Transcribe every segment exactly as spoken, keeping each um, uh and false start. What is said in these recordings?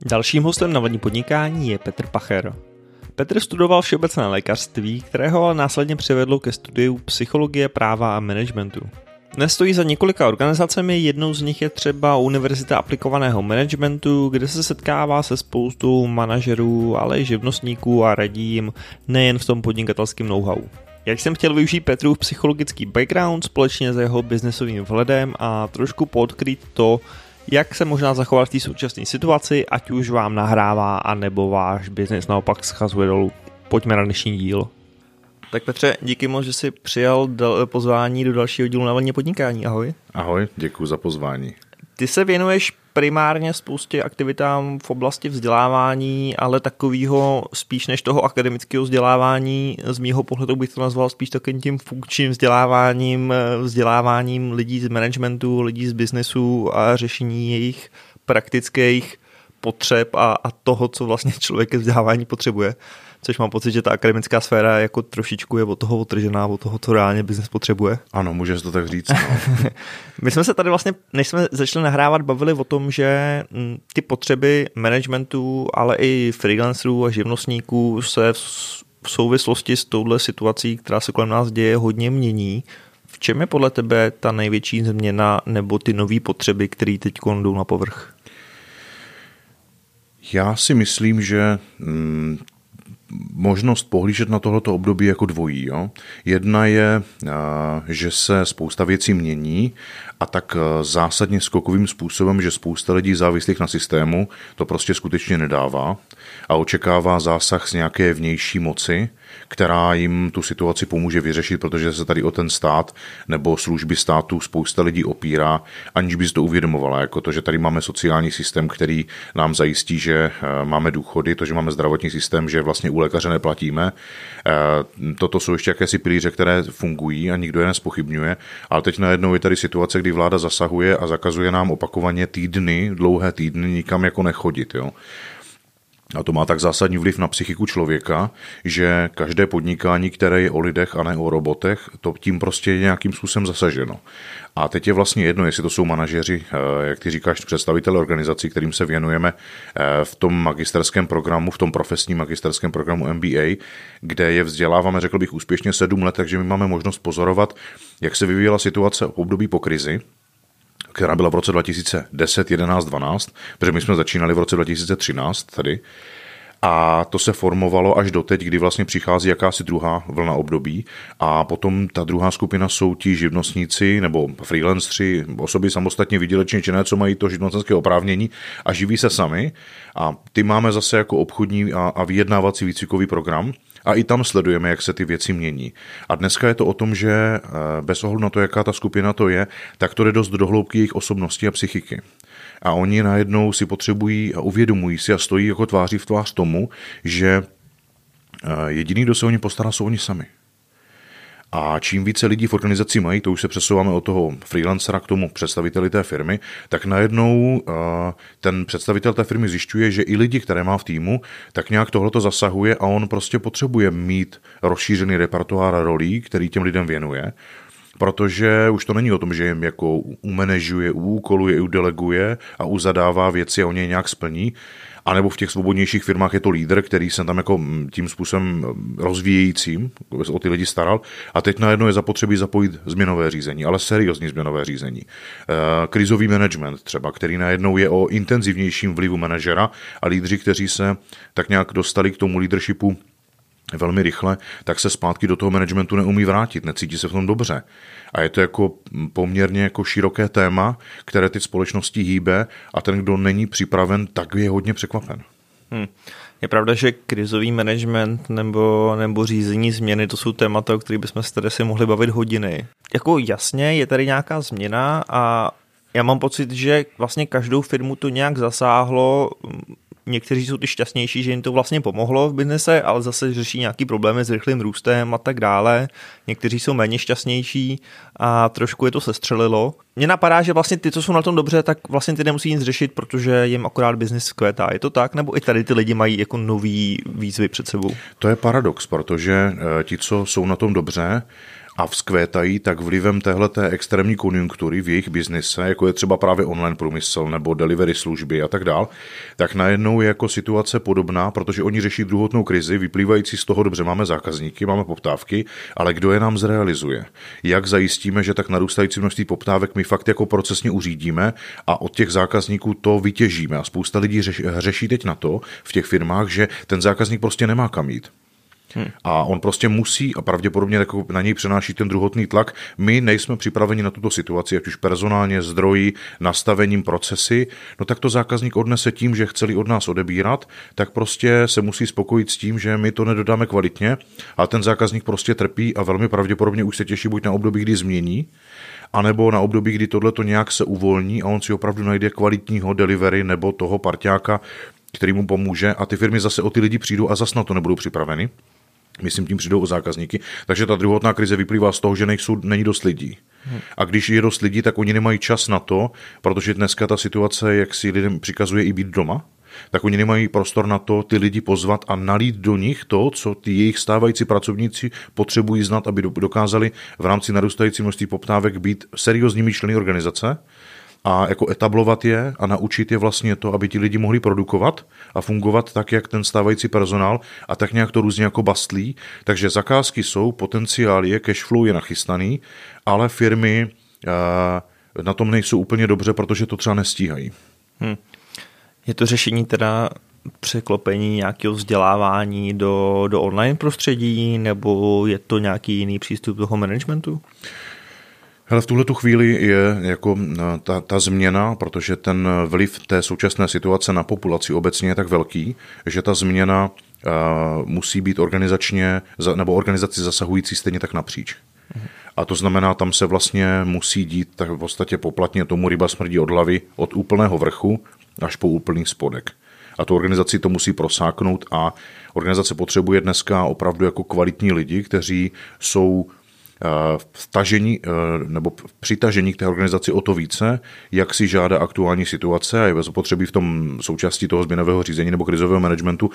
Dalším hostem na Vodní podnikání je Petr Pacher. Petr studoval všeobecné lékařství, kterého ale následně přivedlo ke studiu psychologie, práva a managementu. Dnes stojí za několika organizacemi, jednou z nich je třeba Univerzita aplikovaného managementu, kde se setkává se spoustou manažerů, ale i živnostníků a radí jim nejen v tom podnikatelském know-how. Jak jsem chtěl využít Petrův psychologický background společně s jeho biznesovým vhledem a trošku podkrýt to, jak se možná zachovat v té současné situaci, ať už vám nahrává, anebo váš biznes naopak schazuje dolů. Pojďme na dnešní díl. Tak Petře, díky moc, že jsi přijal pozvání do dalšího dílu na Vodní podnikání. Ahoj. Ahoj, děkuji za pozvání. Ty se věnuješ primárně spoustě aktivitám v oblasti vzdělávání, ale takového spíš než toho akademického vzdělávání, z mýho pohledu bych to nazval spíš takovým tím funkčním vzděláváním, vzděláváním lidí z managementu, lidí z biznesu a řešení jejich praktických potřeb a, a toho, co vlastně člověk ke vzdělávání potřebuje. Což mám pocit, že ta akademická sféra jako trošičku je od toho otržená, od toho, co reálně biznes potřebuje. Ano, můžeš to tak říct. No. My jsme se tady vlastně, než jsme začali nahrávat, bavili o tom, že ty potřeby managementu, ale i freelancerů a živnostníků se v souvislosti s touhle situací, která se kolem nás děje, hodně mění. V čem je podle tebe ta největší změna nebo ty nové potřeby, které teď jdou na povrch? Já si myslím, že mm, možnost pohlížet na tohleto období jako dvojí. Jo? Jedna je, že se spousta věcí mění a tak zásadně skokovým způsobem, že spousta lidí závislých na systému to prostě skutečně nedává a očekává zásah z nějaké vnější moci, která jim tu situaci pomůže vyřešit, protože se tady o ten stát nebo služby státu spousta lidí opírá, aniž by si to uvědomovala, jako to, že tady máme sociální systém, který nám zajistí, že máme důchody, to, že máme zdravotní systém, že vlastně u lékaře neplatíme. Toto jsou ještě jakési pilíře, které fungují a nikdo je nezpochybňuje, ale teď najednou je tady situace, kdy vláda zasahuje a zakazuje nám opakovaně týdny, dlouhé týdny nikam jako nechodit, jo. A to má tak zásadní vliv na psychiku člověka, že každé podnikání, které je o lidech a ne o robotech, to tím prostě je nějakým způsobem zasaženo. A teď je vlastně jedno, jestli to jsou manažeři, jak ty říkáš, představitelé organizací, kterým se věnujeme v tom magisterském programu, v tom profesním magisterském programu M B A, kde je vzděláváme, řekl bych, úspěšně sedm let, takže my máme možnost pozorovat, jak se vyvíjela situace v období po krizi, která byla v roce dva tisíce deset, jedenáct, dvanáct, protože my jsme začínali v roce dva tisíce třináct tady. A to se formovalo až doteď, kdy vlastně přichází jakási druhá vlna období a potom ta druhá skupina jsou ti živnostníci nebo freelanceri, osoby samostatně výdělečně činné, co mají to živnostenské oprávnění a živí se sami. A ty máme zase jako obchodní a, a vyjednávací výcvikový program a i tam sledujeme, jak se ty věci mění. A dneska je to o tom, že bez ohledu na to, jaká ta skupina to je, tak to jde dost do hloubky jejich osobnosti a psychiky. A oni najednou si potřebují a uvědomují si a stojí jako tváří v tvář tomu, že jediný, kdo se o ně postará, jsou oni sami. A čím více lidí v organizaci mají, to už se přesouváme od toho freelancera k tomu představiteli té firmy, tak najednou ten představitel té firmy zjišťuje, že i lidi, které má v týmu, tak nějak tohleto zasahuje a on prostě potřebuje mít rozšířený repertoár rolí, který těm lidem věnuje. Protože už to není o tom, že jim jako umanežuje, úkoluje, udeleguje a uzadává věci a on je nějak splní. A nebo v těch svobodnějších firmách je to lídr, který se tam jako tím způsobem rozvíjejícím o ty lidi staral. A teď najednou je zapotřebí zapojit změnové řízení, ale seriózní změnové řízení. Krizový management třeba, který najednou je o intenzivnějším vlivu manažera a lídři, kteří se tak nějak dostali k tomu leadershipu velmi rychle, tak se zpátky do toho managementu neumí vrátit, necítí se v tom dobře. A je to jako poměrně jako široké téma, které ty společnosti hýbe a ten, kdo není připraven, tak je hodně překvapen. Hmm. Je pravda, že krizový management nebo, nebo řízení změny, to jsou témata, o kterých bychom se tady si mohli bavit hodiny. Jako jasně, je tady nějaká změna a já mám pocit, že vlastně každou firmu to nějak zasáhlo. Někteří jsou ty šťastnější, že jim to vlastně pomohlo v biznese, ale zase řeší nějaký problémy s rychlým růstem a tak dále. Někteří jsou méně šťastnější a trošku je to sestřelilo. Mně napadá, že vlastně ty, co jsou na tom dobře, tak vlastně ty nemusí nic řešit, protože jim akorát biznis kvétá. Je to tak? Nebo i tady ty lidi mají jako nový výzvy před sebou? To je paradox, protože ti, co jsou na tom dobře, a vzkvétají, tak vlivem téhleté extrémní konjunktury v jejich biznise, jako je třeba právě online průmysl nebo delivery služby a tak dál, tak najednou je jako situace podobná, protože oni řeší druhotnou krizi, vyplývající z toho, dobře, máme zákazníky, máme poptávky, ale kdo je nám zrealizuje? Jak zajistíme, že tak narůstající množství poptávek my fakt jako procesně uřídíme a od těch zákazníků to vytěžíme? A spousta lidí řeš, řeší teď na to v těch firmách, že ten zákazník prostě nemá kam jít. Hmm. A on prostě musí a pravděpodobně na něj přenáší ten druhotný tlak. My nejsme připraveni na tuto situaci, ať už personálně, zdroji, nastavením procesy, no tak to zákazník odnese tím, že chce-li od nás odebírat, tak prostě se musí spokojit s tím, že my to nedodáme kvalitně a ten zákazník prostě trpí a velmi pravděpodobně už se těší buď na období, kdy změní, anebo na období, kdy tohleto nějak se uvolní a on si opravdu najde kvalitního delivery nebo toho parťáka, který mu pomůže a ty firmy zase o ty lidi přijdou a zase na to nebudou připraveny. Myslím, tím přijdou o zákazníky. Takže ta druhotná krize vyplývá z toho, že nejsou, není dost lidí. Hmm. A když je dost lidí, tak oni nemají čas na to, protože dneska ta situace, jak si lidem přikazuje i být doma, tak oni nemají prostor na to ty lidi pozvat a nalít do nich to, co ty jejich stávající pracovníci potřebují znát, aby dokázali v rámci narůstající množství poptávek být seriózními členy organizace a jako etablovat je a naučit je vlastně to, aby ti lidi mohli produkovat a fungovat tak, jak ten stávající personál a tak nějak to různě jako bastlí. Takže zakázky jsou, potenciál je, cash flow je nachystaný, ale firmy uh, na tom nejsou úplně dobře, protože to třeba nestíhají. Hmm. Je to řešení teda překlopení nějakého vzdělávání do, do online prostředí, nebo je to nějaký jiný přístup toho managementu? Hele, v tuhletu chvíli je jako ta, ta změna, protože ten vliv té současné situace na populaci obecně je tak velký, že ta změna uh, musí být organizačně, nebo organizaci zasahující stejně tak napříč. Mhm. A to znamená, tam se vlastně musí dít tak v podstatě poplatně tomu ryba smrdí od hlavy, od úplného vrchu až po úplný spodek. A tu organizaci to musí prosáknout a organizace potřebuje dneska opravdu jako kvalitní lidi, kteří jsou vtažení nebo přitažení k té organizaci o to více, jak si žádá aktuální situace a je zapotřebí v tom součástí toho změnového řízení nebo krizového managementu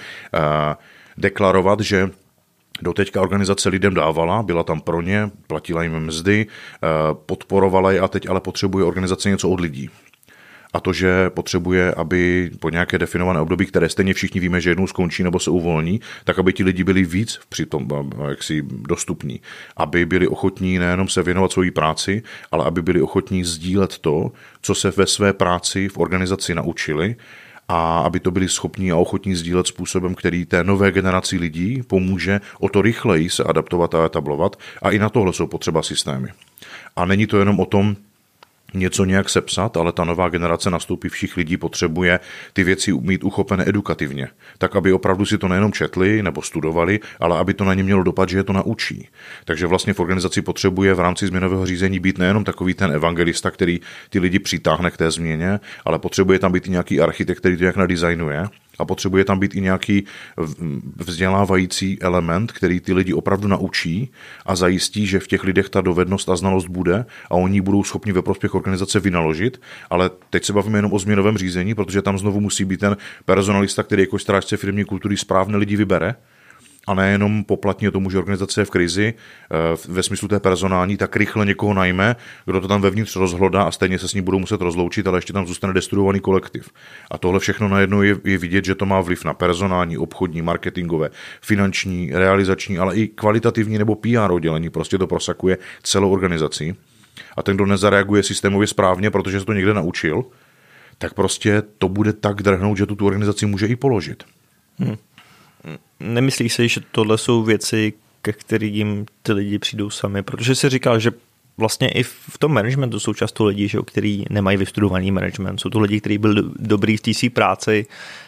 deklarovat, že doteďka organizace lidem dávala, byla tam pro ně, platila jim mzdy, podporovala je a teď ale potřebuje organizace něco od lidí. A to, že potřebuje, aby po nějaké definované období, které stejně všichni víme, že jednou skončí nebo se uvolní, tak aby ti lidi byli víc přitom jaksi dostupní. Aby byli ochotní nejenom se věnovat svojí práci, ale aby byli ochotní sdílet to, co se ve své práci v organizaci naučili, a aby to byli schopní a ochotní sdílet způsobem, který té nové generaci lidí pomůže o to rychleji se adaptovat a etablovat. A i na tohle jsou potřeba systémy. A není to jenom o tom, něco nějak sepsat, ale ta nová generace nastoupivších lidí potřebuje ty věci mít uchopené edukativně, tak aby opravdu si to nejenom četli nebo studovali, ale aby to na ně mělo dopad, že je to naučí. Takže vlastně v organizaci potřebuje v rámci změnového řízení být nejenom takový ten evangelista, který ty lidi přitáhne k té změně, ale potřebuje tam být i nějaký architekt, který to nějak nadizajnuje. A potřebuje tam být i nějaký vzdělávající element, který ty lidi opravdu naučí a zajistí, že v těch lidech ta dovednost a znalost bude a oni budou schopni ve prospěch organizace vynaložit. Ale teď se bavíme jenom o změnovém řízení, protože tam znovu musí být ten personalista, který jako strážce firmní kultury správné lidi vybere. A nejenom poplatně tomu, že organizace je v krizi, ve smyslu té personální, tak rychle někoho najme, kdo to tam vevnitř rozhlodá a stejně se s ním budou muset rozloučit, ale ještě tam zůstane destruovaný kolektiv. A tohle všechno najednou je, je vidět, že to má vliv na personální, obchodní, marketingové, finanční, realizační, ale i kvalitativní nebo P R oddělení. Prostě to prosakuje celou organizaci. A ten, kdo nezareaguje systémově správně, protože se to někde naučil, tak prostě to bude tak drhnout, že tu, tu organizaci může i položit. Hmm. Nemyslíš si, že tohle jsou věci, ke kterým ty lidi přijdou sami? Protože jsi říkal, že vlastně i v tom managementu jsou často lidi, že, kteří nemají vystudovaný management. Jsou to lidi, kteří byli dobrý v té své práci,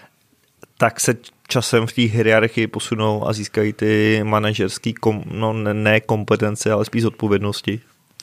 tak se časem v té hierarchii posunou a získají ty manažerské kom, no, ne kompetence, ale spíš odpovědnosti.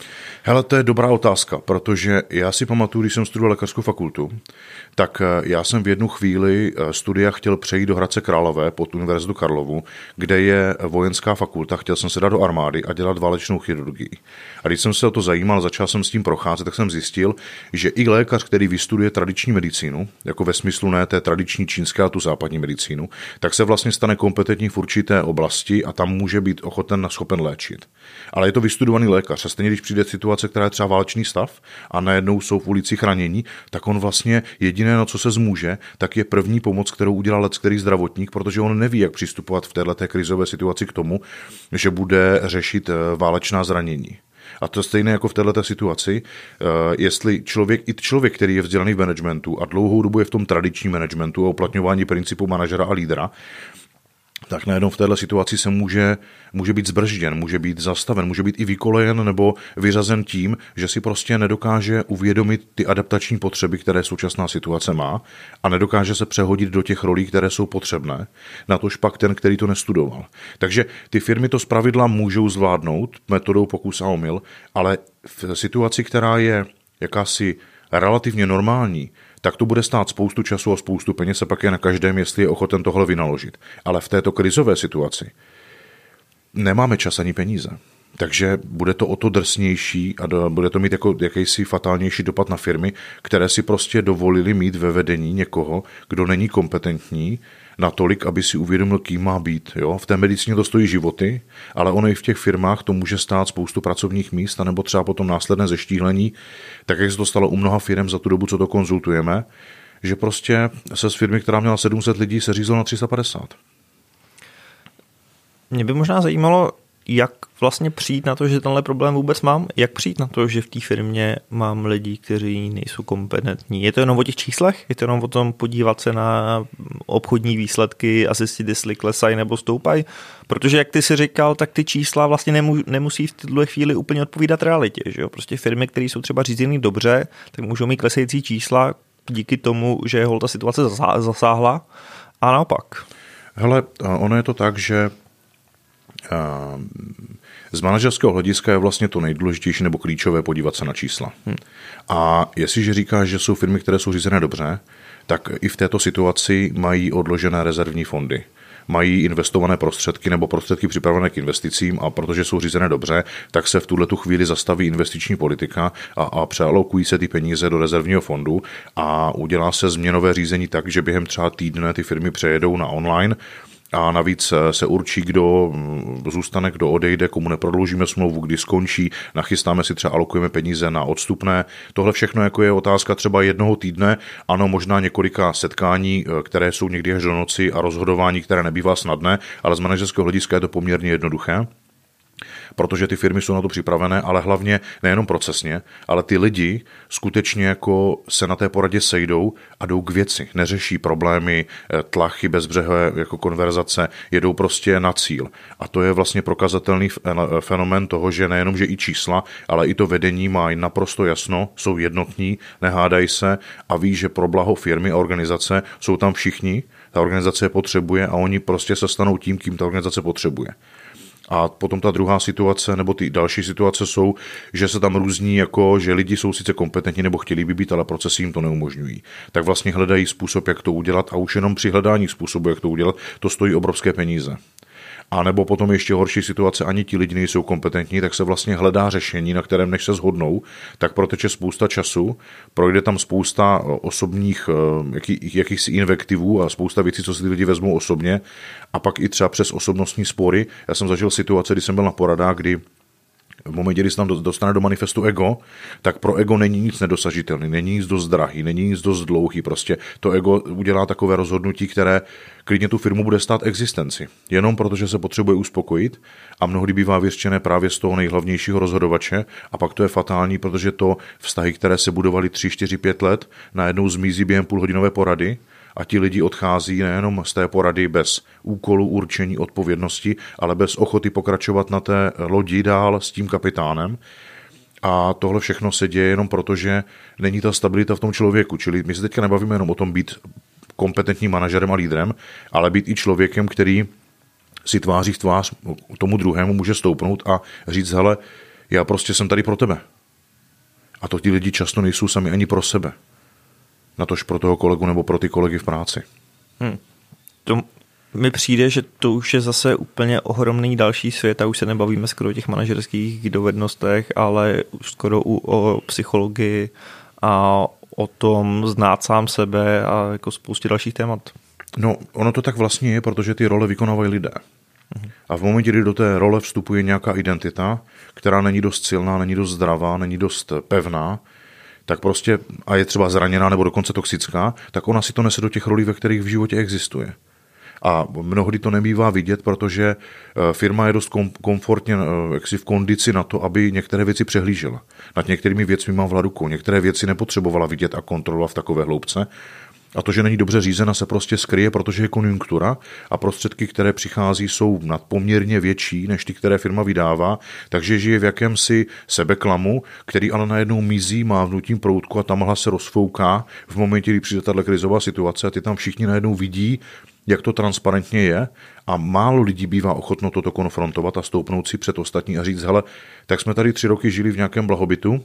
Hele, to je dobrá otázka, protože já si pamatuju, když jsem studoval lékařskou fakultu, tak já jsem v jednu chvíli studia chtěl přejít do Hradce Králové pod Univerzitu Karlovu, kde je vojenská fakulta, chtěl jsem se dát do armády a dělat válečnou chirurgii. A když jsem se o to zajímal, začal jsem s tím procházet, tak jsem zjistil, že i lékař, který vystuduje tradiční medicínu, jako ve smyslu ne té tradiční čínské a tu západní medicínu, tak se vlastně stane kompetentní v určité oblasti a tam může být ochoten a schopen léčit. Ale je to vystudovaný lékař a stejně, když přijde situace, která je třeba válečný stav a najednou jsou v ulicích ranění, tak on vlastně jediné, na co se zmůže, tak je první pomoc, kterou udělal leckterý zdravotník, protože on neví, jak přistupovat v této krizové situaci k tomu, že bude řešit válečná zranění. A to je stejné jako v této situaci, jestli člověk, i člověk, který je vzdělaný v managementu a dlouhou dobu je v tom tradičním managementu a uplatňování principu manažera a lídra, tak najednou v této situaci se může, může být zbržděn, může být zastaven, může být i vykolejen nebo vyřazen tím, že si prostě nedokáže uvědomit ty adaptační potřeby, které současná situace má a nedokáže se přehodit do těch rolí, které jsou potřebné, natož pak ten, který to nestudoval. Takže ty firmy to zpravidla můžou zvládnout metodou pokus a omyl, ale v situaci, která je jakási relativně normální, tak to bude stát spoustu času a spoustu peněz a pak je na každém, jestli je ochoten tohle vynaložit. Ale v této krizové situaci nemáme čas ani peníze. Takže bude to o to drsnější a bude to mít jako jakýsi fatálnější dopad na firmy, které si prostě dovolili mít ve vedení někoho, kdo není kompetentní natolik, aby si uvědomil, kým má být. Jo? V té medicíně to stojí životy, ale ono i v těch firmách to může stát spoustu pracovních míst, anebo třeba potom následné zeštíhlení, tak jak se to stalo u mnoha firm za tu dobu, co to konzultujeme, že prostě se z firmy, která měla sedm set lidí, se řízlo na tři sta padesát. Mě by možná zajímalo, jak vlastně přijít na to, že tenhle problém vůbec mám, jak přijít na to, že v té firmě mám lidi, kteří nejsou kompetentní. Je to jenom o těch číslech? Je to jenom o tom podívat se na obchodní výsledky a zjistit, jestli klesají nebo stoupají? Protože jak ty si říkal, tak ty čísla vlastně nemu, nemusí v této chvíli úplně odpovídat realitě. Že jo? Prostě firmy, které jsou třeba řízený dobře, tak můžou mít klesající čísla díky tomu, že hol ta situace zasáhla a naopak. Hele, ono je to tak, že z manažerského hlediska je vlastně to nejdůležitější nebo klíčové podívat se na čísla. Hmm. A jestliže říkáš, že jsou firmy, které jsou řízené dobře, tak i v této situaci mají odložené rezervní fondy. Mají investované prostředky nebo prostředky připravené k investicím a protože jsou řízené dobře, tak se v tuhletu chvíli zastaví investiční politika a, a přealokují se ty peníze do rezervního fondu a udělá se změnové řízení tak, že během třeba týdne ty firmy přejedou na online. A navíc se určí, kdo zůstane, kdo odejde, komu neprodloužíme smlouvu, kdy skončí, nachystáme si třeba, alokujeme peníze na odstupné. Tohle všechno jako je otázka třeba jednoho týdne, ano, možná několika setkání, které jsou někdy až do noci a rozhodování, které nebývá snadné, ale z manažerského hlediska je to poměrně jednoduché. Protože ty firmy jsou na to připravené, ale hlavně nejenom procesně, ale ty lidi skutečně jako se na té poradě sejdou a jdou k věci. Neřeší problémy, tlachy, bezbřehé jako konverzace, jedou prostě na cíl. A to je vlastně prokazatelný fenomén toho, že nejenom, že i čísla, ale i to vedení mají naprosto jasno, jsou jednotní, nehádají se a ví, že pro blaho firmy a organizace jsou tam všichni, ta organizace je potřebuje a oni prostě se stanou tím, kým ta organizace potřebuje. A potom ta druhá situace, nebo ty další situace jsou, že se tam různí, jako, že lidi jsou sice kompetentní nebo chtěli by být, ale procesy jim to neumožňují. Tak vlastně hledají způsob, jak to udělat a už jenom při hledání způsobu, jak to udělat, to stojí obrovské peníze. A nebo potom ještě horší situace, ani ti lidi nejsou kompetentní, tak se vlastně hledá řešení, na kterém než se shodnou, tak proteče spousta času, projde tam spousta osobních jaký, jakýchsi invektivů a spousta věcí, co si ty lidi vezmou osobně a pak i třeba přes osobnostní spory. Já jsem zažil situace, kdy jsem byl na poradách, kdy v momentě, kdy se tam dostane do manifestu ego, tak pro ego není nic nedosažitelný, není nic dost drahý, není nic dost dlouhý. Prostě to ego udělá takové rozhodnutí, které klidně tu firmu bude stát existenci. Jenom protože se potřebuje uspokojit a mnohdy bývá vyřčené právě z toho nejhlavnějšího rozhodovače a pak to je fatální, protože to vztahy, které se budovaly tři, čtyři, pět let, najednou zmizí během půlhodinové porady. A ti lidi odchází nejenom z té porady bez úkolu, určení, odpovědnosti, ale bez ochoty pokračovat na té lodi dál s tím kapitánem. A tohle všechno se děje jenom proto, že není ta stabilita v tom člověku. Čili my se teďka nebavíme jenom o tom být kompetentním manažerem a lídrem, ale být i člověkem, který si tváří v tvář tomu druhému může stoupnout a říct, hele, já prostě jsem tady pro tebe. A to ti lidi často nejsou sami ani pro sebe. Natož pro toho kolegu nebo pro ty kolegy v práci. Hmm. To mi přijde, že to už je zase úplně ohromný další svět a už se nebavíme skoro o těch manažerských dovednostech, ale už skoro u, o psychologii a o tom znát sám sebe a jako spoustě dalších témat. No, ono to tak vlastně je, protože ty role vykonávají lidé. Mhm. A v momentě, kdy do té role vstupuje nějaká identita, která není dost silná, není dost zdravá, není dost pevná, tak prostě, a je třeba zraněná nebo dokonce toxická, tak ona si to nese do těch rolí, ve kterých v životě existuje. A mnohdy to nebývá vidět, protože firma je dost komfortně jaksi v kondici na to, aby některé věci přehlížela. Nad některými věcmi má vládu rukou, některé věci nepotřebovala vidět a kontrolovat v takové hloubce. A to, že není dobře řízena, se prostě skryje, protože je konjunktura a prostředky, které přichází, jsou nadpoměrně větší než ty, které firma vydává, takže žije v jakémsi sebeklamu, který ale najednou mizí mávnutím proutku a ta mlha se rozfouká v momentě, kdy přijde tato krizová situace a ty tam všichni najednou vidí, jak to transparentně je a málo lidí bývá ochotno toto konfrontovat a stoupnout si před ostatní a říct, hele, tak jsme tady tři roky žili v nějakém blahobytu,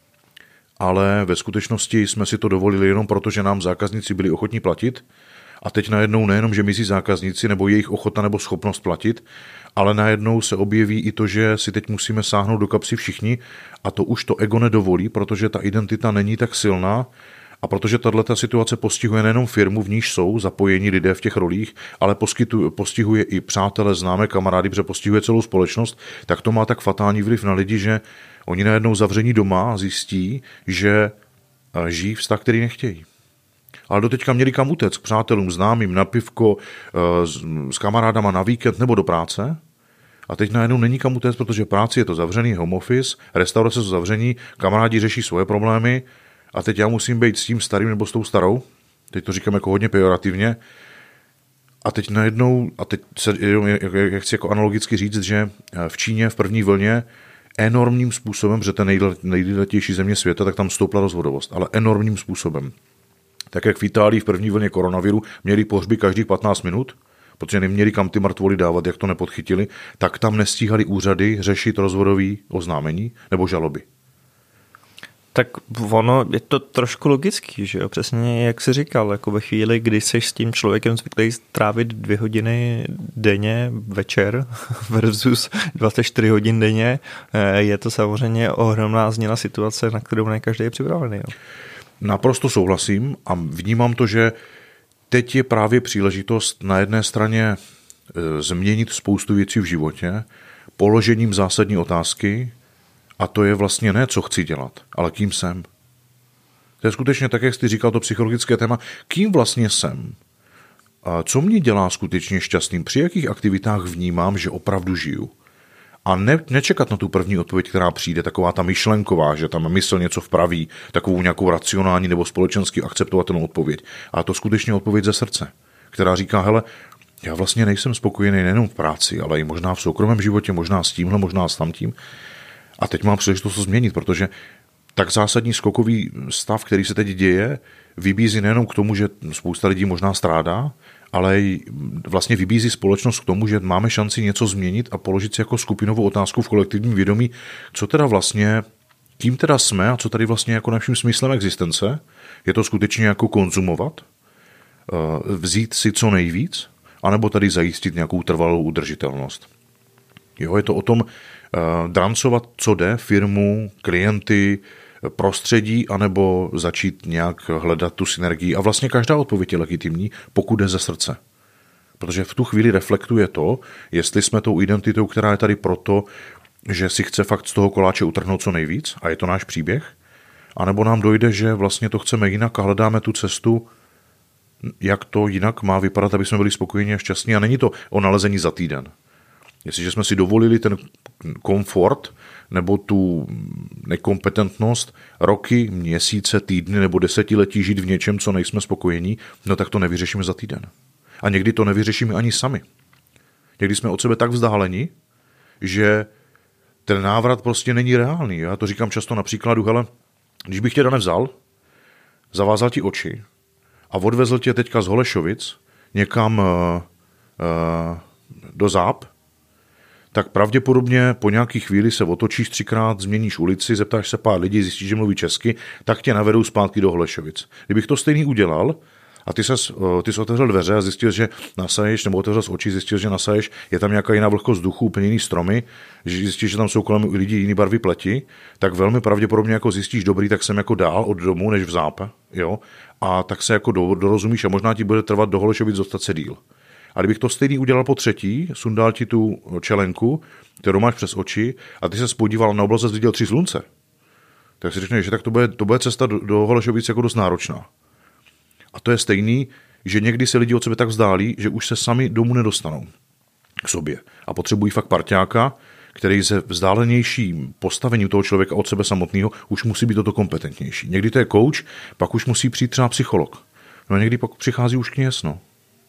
ale ve skutečnosti jsme si to dovolili jenom proto, že nám zákazníci byli ochotní platit a teď najednou nejenom, že mizí zákazníci nebo jejich ochota nebo schopnost platit, ale najednou se objeví i to, že si teď musíme sáhnout do kapsy všichni a to už to ego nedovolí, protože ta identita není tak silná a protože tato situace postihuje nejenom firmu, v níž jsou zapojení lidé v těch rolích, ale postihuje i přátele, známé, kamarády, protože postihuje celou společnost, tak to má tak fatální vliv na lidi, že oni najednou zavření doma zjistí, že žijí vztah, který nechtějí. Ale doteďka měli kam utéct k přátelům, známým, na pivko, s kamarádama na víkend nebo do práce. A teď najednou není kam utéct, protože práci je to zavřený, home office, restaurace jsou zavření, kamarádi řeší svoje problémy a teď já musím být s tím starým nebo s tou starou. Teď to říkám jako hodně pejorativně. A teď najednou, a teď se, jak chci jako analogicky říct, že v Číně v první vlně enormním způsobem, že to je nejdůležitější země světa, tak tam stoupla rozvodovost, ale enormním způsobem. Tak jak v Itálii v první vlně koronaviru měli pohřby každých patnáct minut, protože neměli kam ty mrtvoly dávat, jak to nepodchytili, tak tam nestíhali úřady řešit rozvodové oznámení nebo žaloby. Tak ono je to trošku logický, že jo? Přesně jak jsi říkal, jako ve chvíli, kdy jsi s tím člověkem zvyklý trávit dvě hodiny denně večer versus dvacet čtyři hodin denně, je to samozřejmě ohromná změna situace, na kterou ne každý je připravený. Jo? Naprosto souhlasím a vnímám to, že teď je právě příležitost na jedné straně změnit spoustu věcí v životě, položením zásadní otázky, a to je vlastně ne, co chci dělat, ale kým jsem. To je skutečně tak, jak jsi říkal, to psychologické téma, kým vlastně jsem. A co mě dělá skutečně šťastným, při jakých aktivitách vnímám, že opravdu žiju. A ne, nečekat na tu první odpověď, která přijde, taková ta myšlenková, že tam mysl něco vpraví, takovou nějakou racionální nebo společensky akceptovatelnou odpověď. A to skutečně odpověď ze srdce, která říká, hele, já vlastně nejsem spokojený nejenom v práci, ale i možná v soukromém životě, možná s tímhle, možná s tamtím. A teď mám příležitost to změnit, protože tak zásadní skokový stav, který se teď děje, vybízí nejenom k tomu, že spousta lidí možná strádá, ale vlastně vybízí společnost k tomu, že máme šanci něco změnit a položit si jako skupinovou otázku v kolektivním vědomí, co teda vlastně, kým teda jsme a co tady vlastně jako naším smyslem existence, je to skutečně jako konzumovat, vzít si co nejvíc, anebo tady zajistit nějakou trvalou udržitelnost. Jo, je to o tom drancovat, co jde, firmu, klienty, prostředí, anebo začít nějak hledat tu synergii. A vlastně každá odpověď je legitimní, pokud jde ze srdce. Protože v tu chvíli reflektuje to, jestli jsme tou identitou, která je tady proto, že si chce fakt z toho koláče utrhnout co nejvíc, a je to náš příběh, anebo nám dojde, že vlastně to chceme jinak a hledáme tu cestu, jak to jinak má vypadat, aby jsme byli spokojení a šťastní. A není to o nalezení za týden. Jestliže jsme si dovolili ten komfort nebo tu nekompetentnost roky, měsíce, týdny nebo desetiletí žít v něčem, co nejsme spokojení, no tak to nevyřešíme za týden. A někdy to nevyřešíme ani sami. Někdy jsme od sebe tak vzdáleni, že ten návrat prostě není reálný. Já to říkám často na příkladu, hele, když bych tě Dane vzal, zavázal ti oči a odvezl tě teďka z Holešovic někam uh, uh, do Záp, tak pravděpodobně po nějaký chvíli se otočíš třikrát, změníš ulici, zeptáš se pár lidí, zjistíš, že mluví česky, tak tě navedou zpátky do Holešovic. Kdybych to stejný udělal a ty ses, ty jsi otevřel dveře a zjistil, že nasaješ, nebo otevřel z očí, zjistil, že nasaješ, je tam nějaká jiná vlhkost vzduchu, úplně jiný stromy, že zjistíš, že tam jsou kolem lidí jiný barvy pleti, tak velmi pravděpodobně jako zjistíš, dobrý, tak jsem jako dál od domu než v Zápe, jo, a tak se jako dorozumíš a možná ti bude trvat do Holešovic dostat se díl. A kdybych to stejný udělal po třetí, sundal ti tu čelenku, kterou máš přes oči a ty se podíval na oblast a viděl tři slunce, tak si řekneš, že tak to bude, to bude cesta do, do Holešovic jako dost náročná. A to je stejný, že někdy se lidi od sebe tak vzdálí, že už se sami domů nedostanou k sobě. A potřebují fakt parťáka, který se vzdálenějším postavením toho člověka od sebe samotného už musí být toto kompetentnější. Někdy to je coach, pak už musí přijít třeba psycholog. No a někdy pak přichází už kněz, no.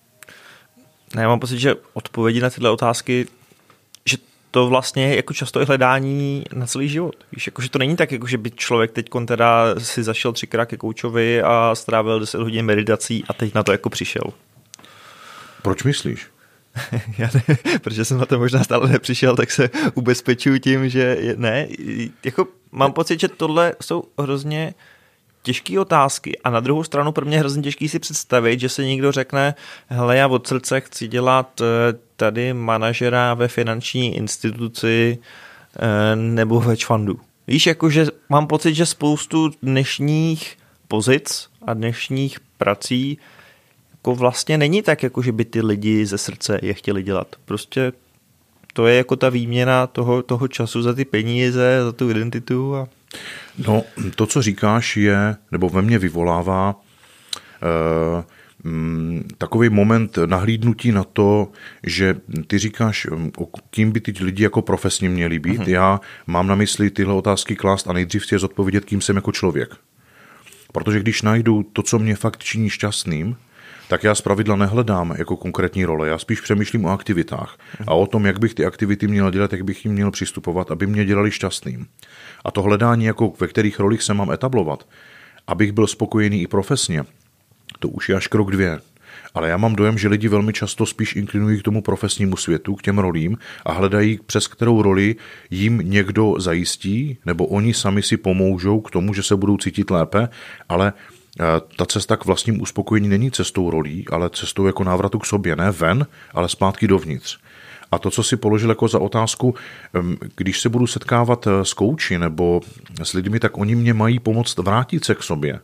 Já mám pocit, že odpovědi na tyhle otázky, že to vlastně je jako často i hledání na celý život. Víš, jako, že to není tak, jako, že by člověk teď teda si zašel třikrát ke koučovi a strávil deset hodin meditací a teď na to jako přišel. Proč myslíš? Já ne, protože jsem na to možná stále nepřišel, tak se ubezpečuju tím, že ne. Jako, mám pocit, že tohle jsou hrozně těžké otázky a na druhou stranu pro mě hrozně těžký si představit, že se někdo řekne, hele, já od srdce chci dělat tady manažera ve finanční instituci nebo hedge fundu. Víš, jakože mám pocit, že spoustu dnešních pozic a dnešních prací jako vlastně není tak, jako že by ty lidi ze srdce je chtěli dělat. Prostě to je jako ta výměna toho, toho času za ty peníze, za tu identitu a no, to, co říkáš, je, nebo ve mně vyvolává uh, um, takový moment nahlídnutí na to, že ty říkáš, o kým by ty lidi jako profesně měli být. Uh-huh. Já mám na mysli tyhle otázky klást a nejdřív si je zodpovědět, kým jsem jako člověk. Protože když najdu to, co mě fakt činí šťastným, tak já zpravidla nehledám jako konkrétní role, já spíš přemýšlím o aktivitách a o tom, jak bych ty aktivity měl dělat, jak bych jim měl přistupovat, aby mě dělali šťastným. A to hledání, jako ve kterých rolích se mám etablovat, abych byl spokojený i profesně, to už je až krok dvě. Ale já mám dojem, že lidi velmi často spíš inklinují k tomu profesnímu světu, k těm rolím a hledají, přes kterou roli jim někdo zajistí, nebo oni sami si pomůžou k tomu, že se budou cítit lépe, ale ta cesta k vlastním uspokojení není cestou rolí, ale cestou jako návratu k sobě, ne ven, ale zpátky dovnitř. A to, co si položil jako za otázku, když se budu setkávat s kouči nebo s lidmi, tak oni mě mají pomoct vrátit se k sobě.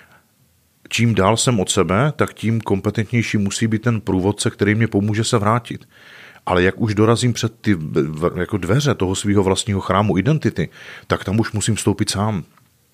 Čím dál jsem od sebe, tak tím kompetentnější musí být ten průvodce, který mě pomůže se vrátit. Ale jak už dorazím před ty jako dveře toho svého vlastního chrámu identity, tak tam už musím vstoupit sám.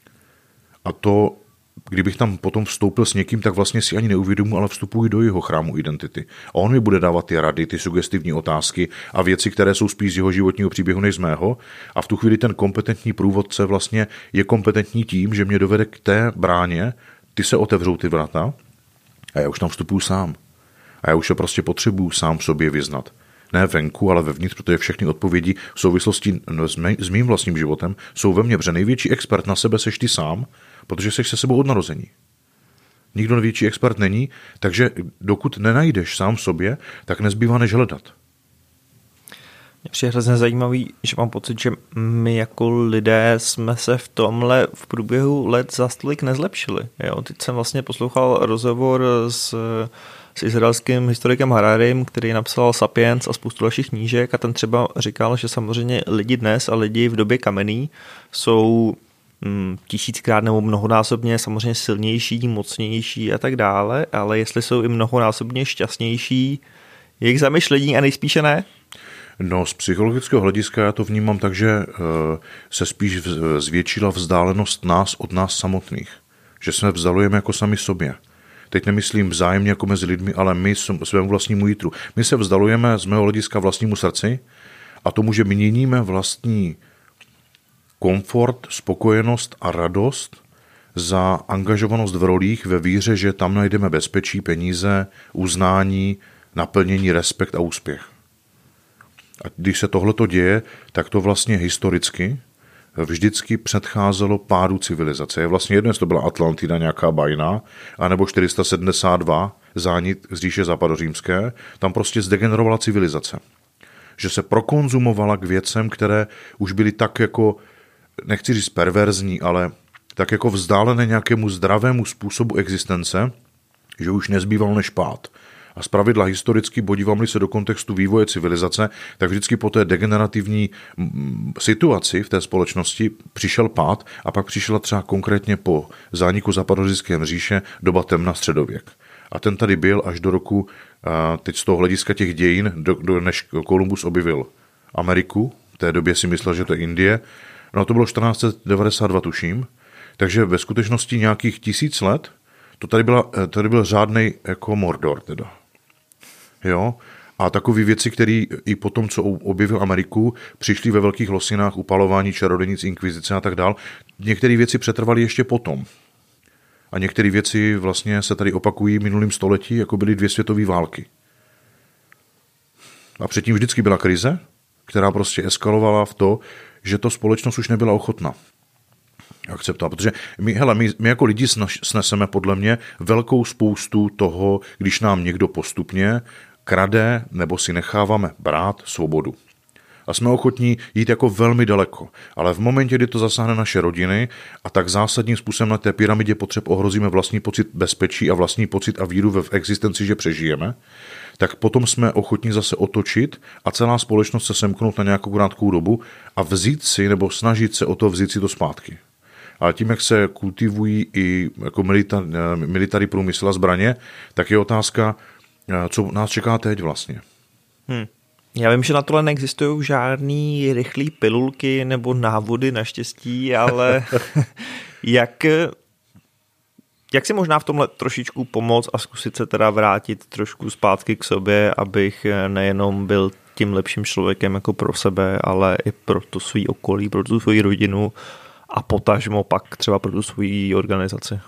A to kdybych tam potom vstoupil s někým, tak vlastně si ani neuvědomuji, ale vstupuji do jeho chrámu identity. A on mi bude dávat ty rady, ty sugestivní otázky a věci, které jsou spíš z jeho životního příběhu než z mého. A v tu chvíli ten kompetentní průvodce vlastně je kompetentní tím, že mě dovede k té bráně, ty se otevřou ty vrata a já už tam vstupuju sám. A já už se prostě potřebuju sám v sobě vyznat. Ne venku, ale vevnitř, protože všechny odpovědi v souvislosti s mým vlastním životem jsou ve mně, protože největší expert na sebe seš ty sám, protože jsi se sebou od narození. Nikdo největší expert není, takže dokud nenajdeš sám v sobě, tak nezbývá než hledat. Mě přijde hrozně zajímavý, že mám pocit, že my jako lidé jsme se v tomhle v průběhu let za stolik nezlepšili. Jo? Teď jsem vlastně poslouchal rozhovor s, s izraelským historikem Hararim, který napsal Sapiens a spoustu dalších knížek a ten třeba říkal, že samozřejmě lidi dnes a lidi v době kamenný jsou tisíckrát nebo mnohonásobně samozřejmě silnější, mocnější a tak dále, ale jestli jsou i mnohonásobně šťastnější, jejich zamyšlení a nejspíše ne? No, z psychologického hlediska já to vnímám tak, že se spíš zvětšila vzdálenost nás od nás samotných. Že se vzdalujeme jako sami sobě. Teď nemyslím vzájemně jako mezi lidmi, ale my svému vlastnímu jitru. My se vzdalujeme z mého hlediska vlastnímu srdci a tomu, že měníme vlastní komfort, spokojenost a radost za angažovanost v rolích ve víře, že tam najdeme bezpečí, peníze, uznání, naplnění, respekt a úspěch. A když se tohleto děje, tak to vlastně historicky vždycky předcházelo pádu civilizace. Je vlastně jedno, jestli to byla Atlantida, nějaká bajna, anebo čtyři sta sedmdesát dva, zánik z říše západořímské, tam prostě zdegenerovala civilizace. že se prokonzumovala k věcem, které už byly tak jako, nechci říct perverzní, ale tak jako vzdálené nějakému zdravému způsobu existence, že už nezbývalo než pád. A zpravidla historicky, podívám-li se do kontextu vývoje civilizace, tak vždycky po té degenerativní situaci v té společnosti přišel pád a pak přišla třeba konkrétně po zániku Západoříšské říše doba temna středověk. A ten tady byl až do roku, teď z toho hlediska těch dějin, do, do, než Kolumbus objevil Ameriku, v té době si myslel, že to je Indie, no to bylo čtrnáct set devadesát dva tuším, takže ve skutečnosti nějakých tisíc let, to tady, byla, tady byl řádnej jako Mordor teda. Jo? A takové věci, které i po tom, co objevil Ameriku, přišly ve velkých losinách, upalování čarodějnic, inkvizice a tak dál. Některé věci přetrvaly ještě potom. A některé věci vlastně se tady opakují minulým století, jako byly dvě světové války. A předtím vždycky byla krize, která prostě eskalovala v to, že to společnost už nebyla ochotna akceptovat. Protože my, hele, my, my jako lidi sneseme podle mě velkou spoustu toho, když nám někdo postupně krade nebo si necháváme brát svobodu. A jsme ochotní jít jako velmi daleko. Ale v momentě, kdy to zasáhne naše rodiny a tak zásadním způsobem na té pyramidě potřeb ohrozíme vlastní pocit bezpečí a vlastní pocit a víru v existenci, že přežijeme, tak potom jsme ochotní zase otočit a celá společnost se semknout na nějakou krátkou dobu a vzít si nebo snažit se o to vzít si to zpátky. Ale tím, jak se kultivují i jako milita, military průmysl a zbraně, tak je otázka, co nás čeká teď vlastně. Hmm. Já vím, že na tohle neexistují žádný rychlý pilulky nebo návody naštěstí, ale jak, jak si možná v tomhle trošičku pomoct a zkusit se teda vrátit trošku zpátky k sobě, abych nejenom byl tím lepším člověkem jako pro sebe, ale i pro to svý okolí, pro tu svoji rodinu a potažmo pak třeba pro tu svoji organizaci.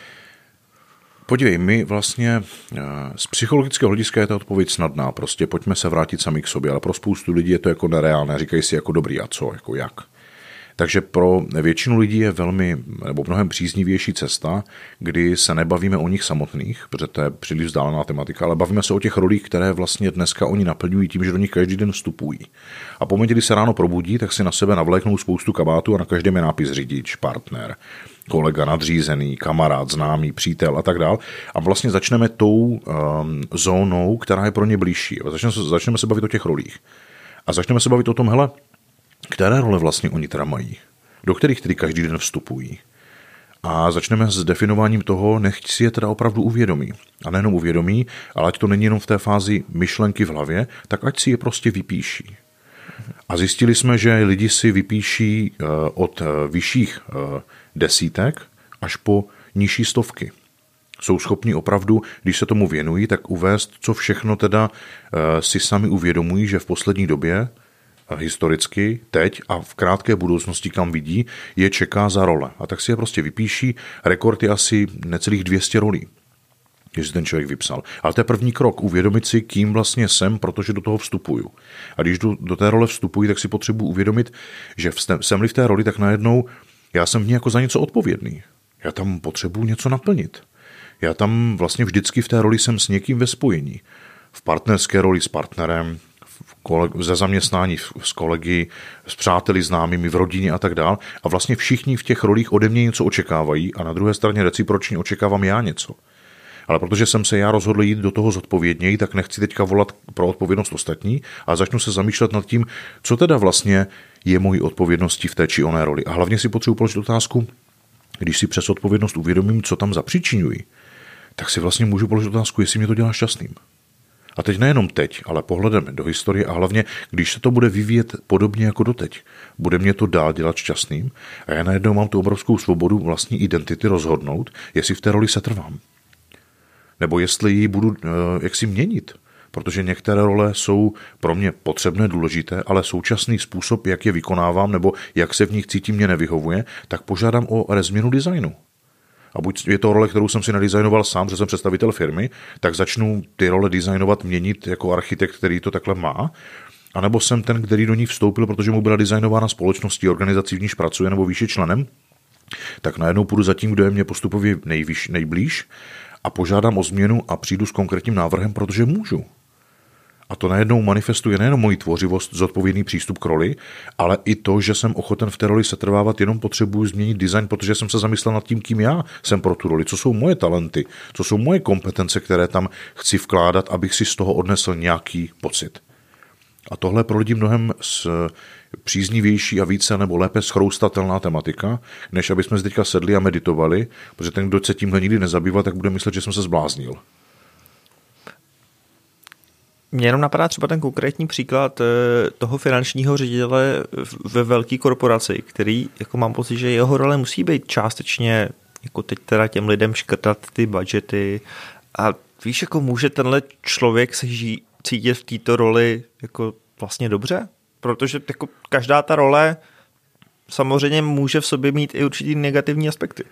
Podívej, my vlastně z psychologického hlediska je ta odpověď snadná, prostě pojďme se vrátit sami k sobě, ale pro spoustu lidí je to jako nereálné, říkají si jako dobrý a co, jako jak. Takže pro většinu lidí je velmi, nebo mnohem příznivější cesta, kdy se nebavíme o nich samotných, protože to je příliš vzdálená tematika, ale bavíme se o těch rolích, které vlastně dneska oni naplňují tím, že do nich každý den vstupují. A po momentě, kdy se ráno probudí, tak si na sebe navléknou spoustu kabátů a na každém je nápis řidič, partner, kolega, nadřízený, kamarád, známý, přítel a tak dál. A vlastně začneme tou um, zónou, která je pro ně blížší. Začneme se, začneme se bavit o těch rolích. A začneme se bavit o tom, hele, které role vlastně oni teda mají, do kterých tedy každý den vstupují. A začneme s definováním toho, nechť si je teda opravdu uvědomí. A nejenom uvědomí, ale ať to není jenom v té fázi myšlenky v hlavě, tak ať si je prostě vypíší. A zjistili jsme, že lidi si vypíší od vyšších desítek až po nižší stovky. Jsou schopni opravdu, když se tomu věnují, tak uvést, co všechno teda si sami uvědomují, že v poslední době historicky, teď a v krátké budoucnosti, kam vidí, je čeká za role. A tak si je prostě vypíší. Rekord je asi necelých dvě stě rolí, když ten člověk vypsal. Ale to je první krok, uvědomit si, kým vlastně jsem, protože do toho vstupuju. A když do, do té role vstupuji, tak si potřebuji uvědomit, že jsem-li v té roli, tak najednou já jsem v ní jako za něco odpovědný. Já tam potřebuji něco naplnit. Já tam vlastně vždycky v té roli jsem s někým ve spojení. V partnerské roli s partnerem, ze zaměstnání s kolegy, s přáteli, známými, v rodině a tak dál. A vlastně všichni v těch rolích ode mě něco očekávají a na druhé straně recipročně očekávám já něco. Ale protože jsem se já rozhodl jít do toho zodpovědněji, tak nechci teďka volat pro odpovědnost ostatní a začnu se zamýšlet nad tím, co teda vlastně je mojí odpovědností v té či oné roli. A hlavně si potřebuji položit otázku, když si přes odpovědnost uvědomím, co tam zapříčiňuji, tak si vlastně můžu položit otázku, jestli mě to dělá šťastným. A teď nejenom teď, ale pohledem do historie a hlavně, když se to bude vyvíjet podobně jako doteď, bude mě to dál dělat šťastným a já najednou mám tu obrovskou svobodu vlastní identity rozhodnout, jestli v té roli setrvám. Nebo jestli ji budu jaksi měnit, protože některé role jsou pro mě potřebné, důležité, ale současný způsob, jak je vykonávám nebo jak se v nich cítím, mě nevyhovuje, tak požádám o změnu designu. A buď je to role, kterou jsem si nadizajnoval sám, že jsem představitel firmy, tak začnu ty role designovat, měnit jako architekt, který to takhle má, anebo jsem ten, který do ní vstoupil, protože mu byla designována společností, organizací, v níž pracuje nebo výše členem, tak najednou půjdu za tím, kdo je mě postupově nejvíš, nejblíž a požádám o změnu a přijdu s konkrétním návrhem, protože můžu. A to najednou manifestuje nejenom moji tvořivost, zodpovědný přístup k roli, ale i to, že jsem ochoten v té roli setrvávat, jenom potřebuji změnit design, protože jsem se zamyslel nad tím, kým já jsem pro tu roli, co jsou moje talenty, co jsou moje kompetence, které tam chci vkládat, abych si z toho odnesl nějaký pocit. A tohle je pro lidi mnohem příznivější a více nebo lépe schroustatelná tematika, než aby jsme teďka sedli a meditovali, protože ten, kdo se tímhle nikdy nezabývá, tak bude myslet, že jsem se zbláznil. Mně jenom napadá třeba ten konkrétní příklad toho finančního ředitele ve velké korporaci, který, jako mám pocit, že jeho role musí být částečně, jako teď teda těm lidem škrtat ty budžety. A víš, jako může tenhle člověk se ží, cítit v této roli jako vlastně dobře? Protože jako každá ta role samozřejmě může v sobě mít i určitý negativní aspekty.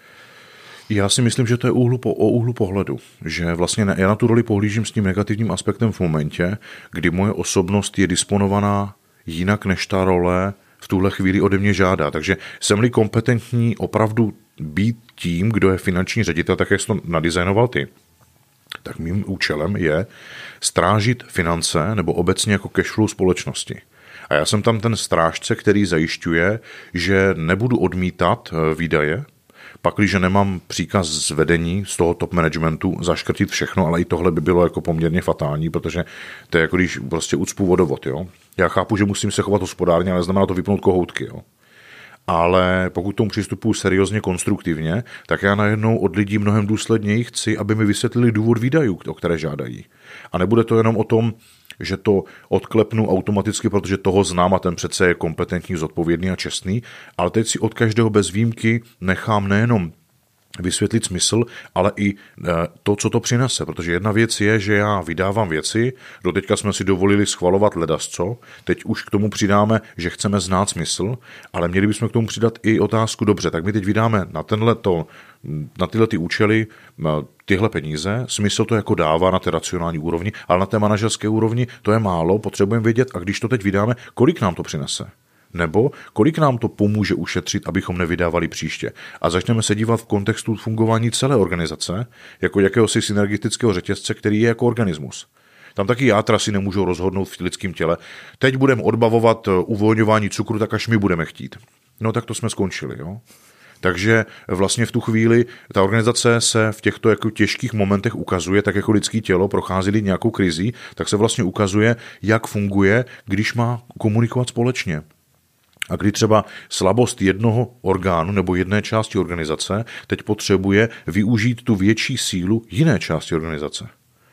Já si myslím, že to je úhlu po, o úhlu pohledu, že vlastně já na tu roli pohlížím s tím negativním aspektem v momentě, kdy moje osobnost je disponovaná jinak, než ta role v tuhle chvíli ode mě žádá. Takže jsem-li kompetentní opravdu být tím, kdo je finanční ředitel, tak jak jsi to nadizajnoval ty, tak mým účelem je strážit finance nebo obecně jako cashflow společnosti. A já jsem tam ten strážce, který zajišťuje, že nebudu odmítat výdaje, pakliže nemám příkaz z vedení z toho top managementu zaškrtit všechno, ale i tohle by bylo jako poměrně fatální, protože to je jako když prostě ucpu vodovod. Jo? Já chápu, že musím se chovat hospodárně, ale znamená to vypnout kohoutky. Jo? Ale pokud tomu přistupuji seriózně, konstruktivně, tak já najednou od lidí mnohem důsledněji chci, aby mi vysvětlili důvod výdajů, o které žádají. A nebude to jenom o tom, že to odklepnu automaticky, protože toho znám a ten přece je kompetentní, zodpovědný a čestný, ale teď si od každého bez výjimky nechám nejenom vysvětlit smysl, ale i to, co to přinese. Protože jedna věc je, že já vydávám věci, doteďka jsme si dovolili schvalovat ledasco, teď už k tomu přidáme, že chceme znát smysl, ale měli bychom k tomu přidat i otázku, dobře, tak my teď vydáme na tenhleto, na tyhle ty účely tyhle peníze, smysl to jako dává na té racionální úrovni, ale na té manažerské úrovni to je málo, potřebujeme vědět, a když to teď vydáme, kolik nám to přinese. Nebo kolik nám to pomůže ušetřit, abychom nevydávali příště. A začneme se dívat v kontextu fungování celé organizace, jako jakéhosi synergetického řetězce, který je jako organismus. Tam taky játra si nemůžou rozhodnout v lidském těle. Teď budeme odbavovat uvolňování cukru, tak až my budeme chtít. No tak to jsme skončili. Jo? Takže vlastně v tu chvíli ta organizace se v těchto jako těžkých momentech ukazuje, tak jako lidské tělo prochází nějakou krizí, tak se vlastně ukazuje, jak funguje, když má komunikovat společně. A kdy třeba slabost jednoho orgánu nebo jedné části organizace teď potřebuje využít tu větší sílu jiné části organizace.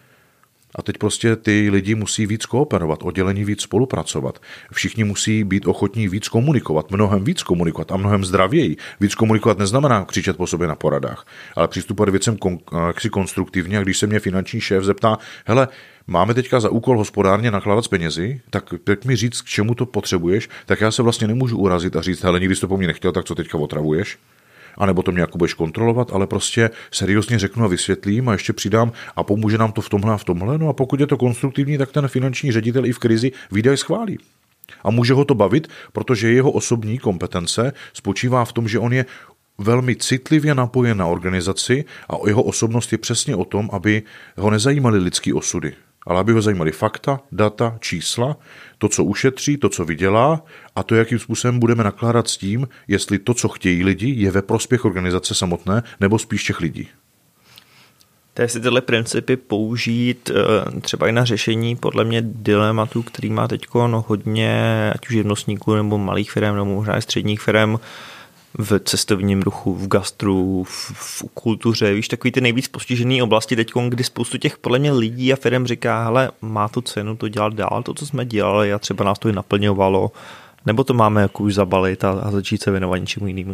A teď prostě ty lidi musí víc kooperovat, oddělení víc spolupracovat. Všichni musí být ochotní víc komunikovat, mnohem víc komunikovat a mnohem zdravěji. Víc komunikovat neznamená křičet po sobě na poradách, ale přistupovat věcem kon- konstruktivně. A když se mě finanční šéf zeptá, hele, máme teďka za úkol hospodárně nakládat s penězi, tak pěk mi říct, k čemu to potřebuješ, tak já se vlastně nemůžu urazit a říct, hele, nikdy jsi to po mně nechtěl, tak co teďka otravuješ? A nebo to mě jako budeš kontrolovat, ale prostě seriózně řeknu a vysvětlím a ještě přidám a pomůže nám to v tomhle a v tomhle. No a pokud je to konstruktivní, tak ten finanční ředitel i v krizi výdaj schválí. A může ho to bavit, protože jeho osobní kompetence spočívá v tom, že on je velmi citlivě napojen na organizaci a jeho osobnost je přesně o tom, aby ho nezajímaly lidský osudy, ale aby ho zajímaly fakta, data, čísla, to, co ušetří, to, co vydělá a to, jakým způsobem budeme nakládat s tím, jestli to, co chtějí lidi, je ve prospěch organizace samotné nebo spíš těch lidí. To je si tyhle principy použít třeba i na řešení podle mě dilematu, který má teď hodně ať už živnostníků nebo malých firem nebo možná i středních firem v cestovním ruchu, v gastru, v, v kultuře, víš, takový ty nejvíc postižený oblasti teď, kdy spoustu těch podle mě lidí a firem říká, hele, má to cenu to dělat dál, to, co jsme dělali a třeba nás to i naplňovalo, nebo to máme jako už zabalit a, a začít se věnovat něčemu jinému?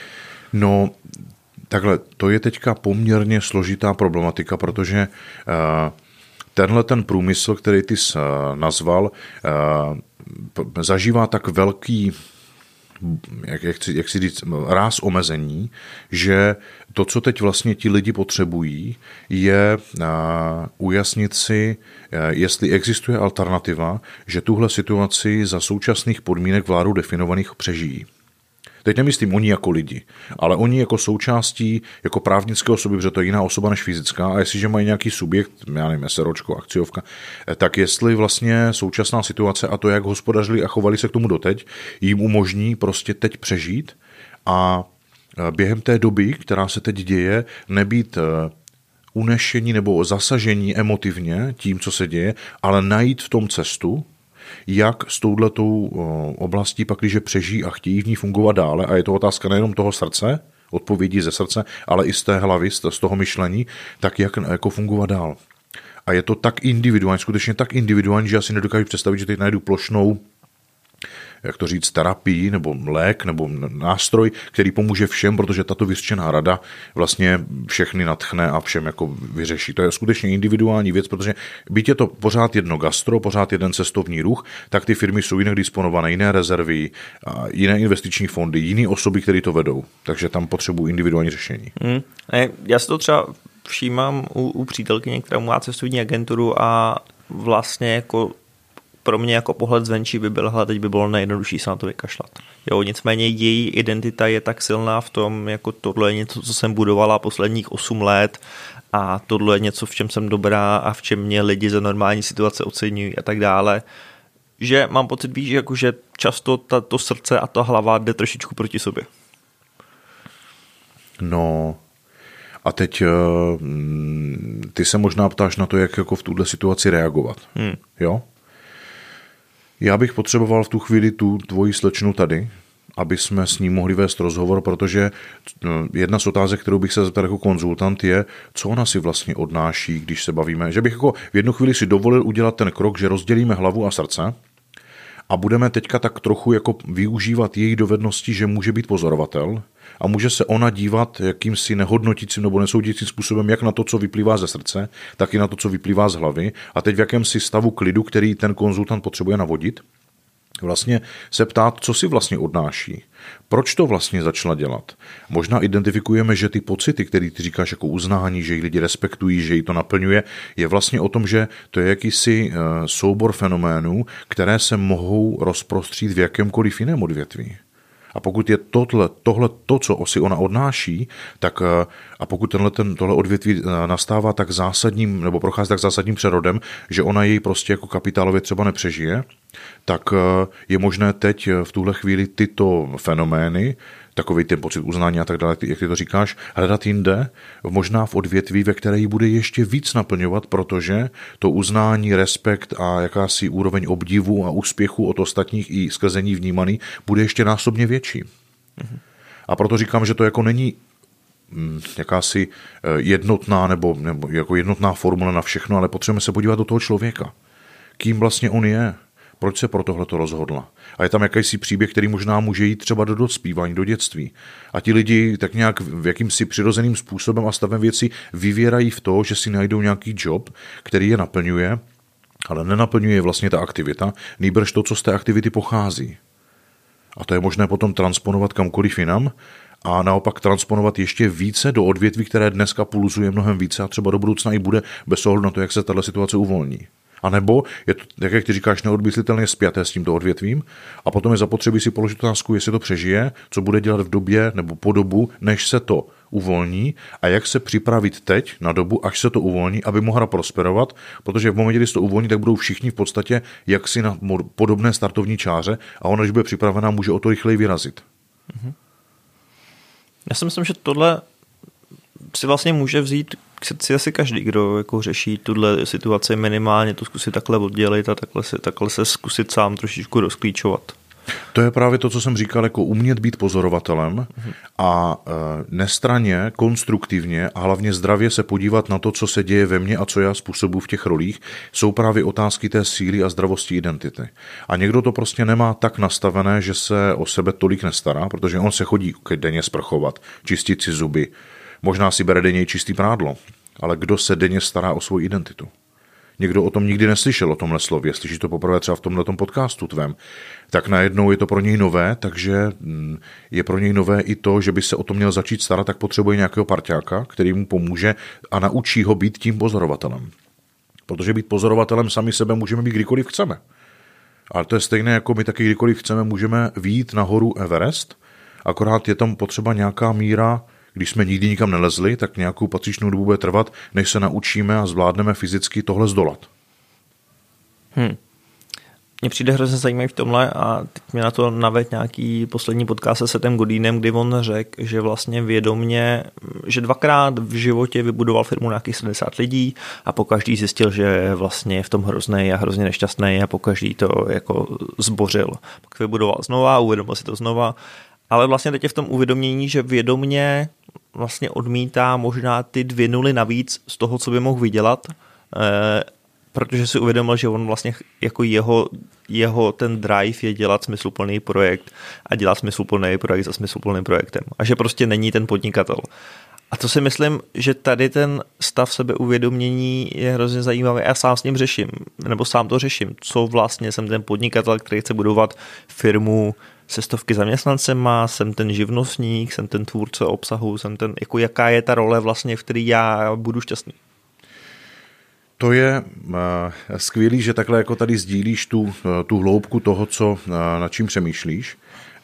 No, takhle, to je teďka poměrně složitá problematika, protože uh, tenhle ten průmysl, který ty jsi uh, nazval, uh, zažívá tak velký Jak, jak, si, jak si říct, ráz omezení, že to, co teď vlastně ti lidi potřebují, je uh, ujasnit si, uh, jestli existuje alternativa, že tuhle situaci za současných podmínek vládou definovaných přežijí. Teď nemyslím oni jako lidi, ale oni jako součástí, jako právnické osoby, protože to je jiná osoba než fyzická, a jestliže mají nějaký subjekt, já nevím, SROčko, akciovka, tak jestli vlastně současná situace a to, jak hospodařili a chovali se k tomu doteď, jim umožní prostě teď přežít a během té doby, která se teď děje, nebýt unešení nebo zasažení emotivně tím, co se děje, ale najít v tom cestu, jak s touhletou oblastí pak, když přežijí a chtějí v ní fungovat dále, a je to otázka nejenom toho srdce, odpovědí ze srdce, ale i z té hlavy, z toho myšlení, tak jak jako fungovat dál. A je to tak individuální, skutečně tak individuální, že já si nedokážu představit, že teď najdu plošnou, jak to říct, terapii nebo lék nebo nástroj, který pomůže všem, protože tato vyřčená rada vlastně všechny natchne a všem jako vyřeší. To je skutečně individuální věc, protože byť je to pořád jedno gastro, pořád jeden cestovní ruch, tak ty firmy jsou jinak disponované, jiné rezervy, jiné investiční fondy, jiné osoby, které to vedou. Takže tam potřebují individuální řešení. Hmm. Já si to třeba všímám u, u přítelkyně, která má cestovní agenturu a vlastně jako pro mě jako pohled zvenčí by byl, hele, teď by bylo nejjednodušší se na to vykašlat. Jo, nicméně její identita je tak silná v tom, jako tohle je něco, co jsem budovala posledních osm let a tohle je něco, v čem jsem dobrá a v čem mě lidi za normální situace oceňují a tak dále, že mám pocit, víš, jako, že často ta, to srdce a ta hlava jde trošičku proti sobě. No, a teď ty se možná ptáš na to, jak jako v tuhle situaci reagovat. Hmm. Jo? Já bych potřeboval v tu chvíli tu tvoji slečnu tady, aby jsme s ní mohli vést rozhovor, protože jedna z otázek, kterou bych se zeptal jako konzultant, je, co ona si vlastně odnáší, když se bavíme. Že bych jako v jednu chvíli si dovolil udělat ten krok, že rozdělíme hlavu a srdce a budeme teďka tak trochu jako využívat její dovednosti, že může být pozorovatel a může se ona dívat jakýmsi nehodnotícím nebo nesoudícím způsobem jak na to, co vyplývá ze srdce, tak i na to, co vyplývá z hlavy a teď v jakémsi stavu klidu, který ten konzultant potřebuje navodit, vlastně se ptát, co si vlastně odnáší. Proč to vlastně začala dělat? Možná identifikujeme, že ty pocity, které ty říkáš jako uznání, že ji lidi respektují, že ji to naplňuje, je vlastně o tom, že to je jakýsi soubor fenoménů, které se mohou rozprostřít v jakémkoliv jiném odvětví. A pokud je tohle, tohle to, co si ona odnáší, tak a pokud tenhle, ten, tohle odvětví nastává tak zásadním, nebo prochází tak zásadním přerodem, že ona jej prostě jako kapitálově třeba nepřežije, tak je možné teď v tuhle chvíli tyto fenomény, takový ten pocit uznání a tak dále, jak ty to říkáš, hledat jinde, možná v odvětví, ve které ji bude ještě víc naplňovat, protože to uznání, respekt a jakási úroveň obdivu a úspěchu od ostatních i skrze ní vnímaný bude ještě násobně větší. Mhm. A proto říkám, že to jako není jakási jednotná nebo, nebo jako jednotná formule na všechno, ale potřebujeme se podívat do toho člověka. Kým vlastně on je? Proč se pro tohleto rozhodla? A je tam jakýsi příběh, který možná může jít třeba do dospívání, do dětství. A ti lidi tak nějak v jakýmsi přirozeným způsobem a stavem věci vyvěrají v to, že si najdou nějaký job, který je naplňuje, ale nenaplňuje vlastně ta aktivita, nýbrž to, co z té aktivity pochází. A to je možné potom transponovat kamkoliv jinam a naopak transponovat ještě více do odvětví, které dneska pulzuje mnohem více a třeba do budoucna i bude bez ohledu na to, jak se tato situace uvolní. A nebo je to, jak ty říkáš, neodmyslitelně spjaté s tímto odvětvím a potom je zapotřebí si položit otázku, jestli to přežije, co bude dělat v době nebo po dobu, než se to uvolní a jak se připravit teď na dobu, až se to uvolní, aby mohla prosperovat, protože v momentě, kdy se to uvolní, tak budou všichni v podstatě jaksi na podobné startovní čáře a ona, když bude připravená, může o to rychleji vyrazit. Já si myslím, že tohle si vlastně může vzít k srdci asi každý, kdo jako řeší tuhle situaci, minimálně to zkusit takhle oddělit a takhle se, takhle se zkusit sám trošičku rozklíčovat. To je právě to, co jsem říkal, jako umět být pozorovatelem a e, nestranně, konstruktivně a hlavně zdravě se podívat na to, co se děje ve mně a co já způsobuji v těch rolích, jsou právě otázky té síly a zdravosti identity. A někdo to prostě nemá tak nastavené, že se o sebe tolik nestará, protože on se chodí denně sprchovat, čistit si zuby, možná si bere denně čistý prádlo, ale kdo se denně stará o svou identitu? Někdo o tom nikdy neslyšel, o tomhle slově, slyší to poprvé třeba v tomhletom podcastu tvém, tak najednou je to pro něj nové, takže je pro něj nové i to, že by se o to měl začít starat, tak potřebuje nějakého parťáka, který mu pomůže a naučí ho být tím pozorovatelem. Protože být pozorovatelem sami sebe můžeme být kdykoliv chceme. Ale to je stejné, jako my taky kdykoliv chceme, můžeme vyjít na horu Everest akorát je tam potřeba nějaká míra, když jsme nikdy nikam nelezli, tak nějakou patřičnou dobu bude trvat, než se naučíme a zvládneme fyzicky tohle zdolat. Hmm. Mně přijde hrozně zajímavý v tomhle a teď mě na to navedl nějaký poslední podcast se Sethem Godinem, kdy on řekl, že vlastně vědomně, že dvakrát v životě vybudoval firmu nějakých sedmdesát lidí a pokaždý zjistil, že vlastně je v tom hrozný a hrozně nešťastný a pokaždý to jako zbořil. Pak vybudoval znova, uvědomil si to znova, ale vlastně teď je v tom uvědomění, že vědomně vlastně odmítá možná ty dvě nuly navíc z toho, co by mohl vydělat, eh, protože si uvědomil, že on vlastně jako jeho, jeho ten drive je dělat smysluplný projekt a dělat smysluplný projekt za smysluplným projektem. A že prostě není ten podnikatel. A to si myslím, že tady ten stav sebeuvědomění je hrozně zajímavý. Já sám s ním řeším, nebo sám to řeším. Co vlastně jsem ten podnikatel, který chce budovat firmu se stovky zaměstnancema, jsem ten živnostník, jsem ten tvůrce obsahu, jsem ten, jako jaká je ta role vlastně, v které já budu šťastný. To je uh, skvělý, že takhle jako tady sdílíš tu, uh, tu hloubku toho, co, uh, nad čím přemýšlíš.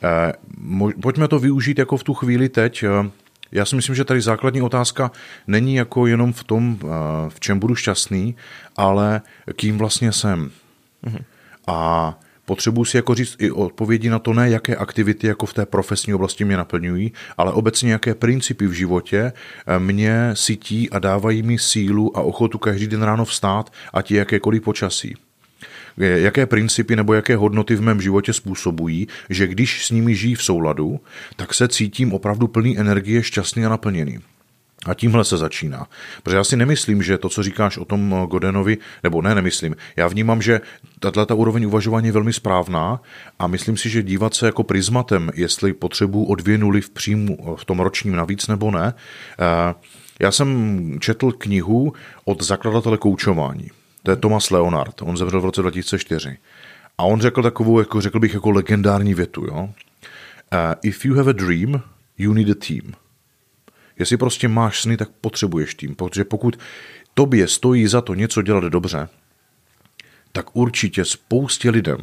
Uh, mo- pojďme to využít jako v tu chvíli teď. Uh, já si myslím, že tady základní otázka není jako jenom v tom, uh, v čem budu šťastný, ale kým vlastně jsem. Mhm. A potřebuji si jako říct i odpovědi na to, ne jaké aktivity jako v té profesní oblasti mě naplňují, ale obecně jaké principy v životě mě sytí a dávají mi sílu a ochotu každý den ráno vstát, ať je jakékoliv počasí. Jaké principy nebo jaké hodnoty v mém životě způsobují, že když s nimi žijí v souladu, tak se cítím opravdu plný energie, šťastný a naplněný. A tímhle se začíná. Protože já si nemyslím, že to, co říkáš o tom Godinovi, nebo ne, nemyslím. Já vnímám, že tato úroveň uvažování je velmi správná a myslím si, že dívat se jako prismatem, jestli potřebuji o dvě nuly v příjmu v tom ročním navíc nebo ne. Já jsem četl knihu od zakladatele koučování. To je Thomas Leonard. On zemřel v roce dva tisíce čtyři. A on řekl takovou, jako řekl bych, jako legendární větu. Jo? If you have a dream, you need a team. Jestli prostě máš sny, tak potřebuješ tým, protože pokud tobě stojí za to něco dělat dobře, tak určitě spoustě lidem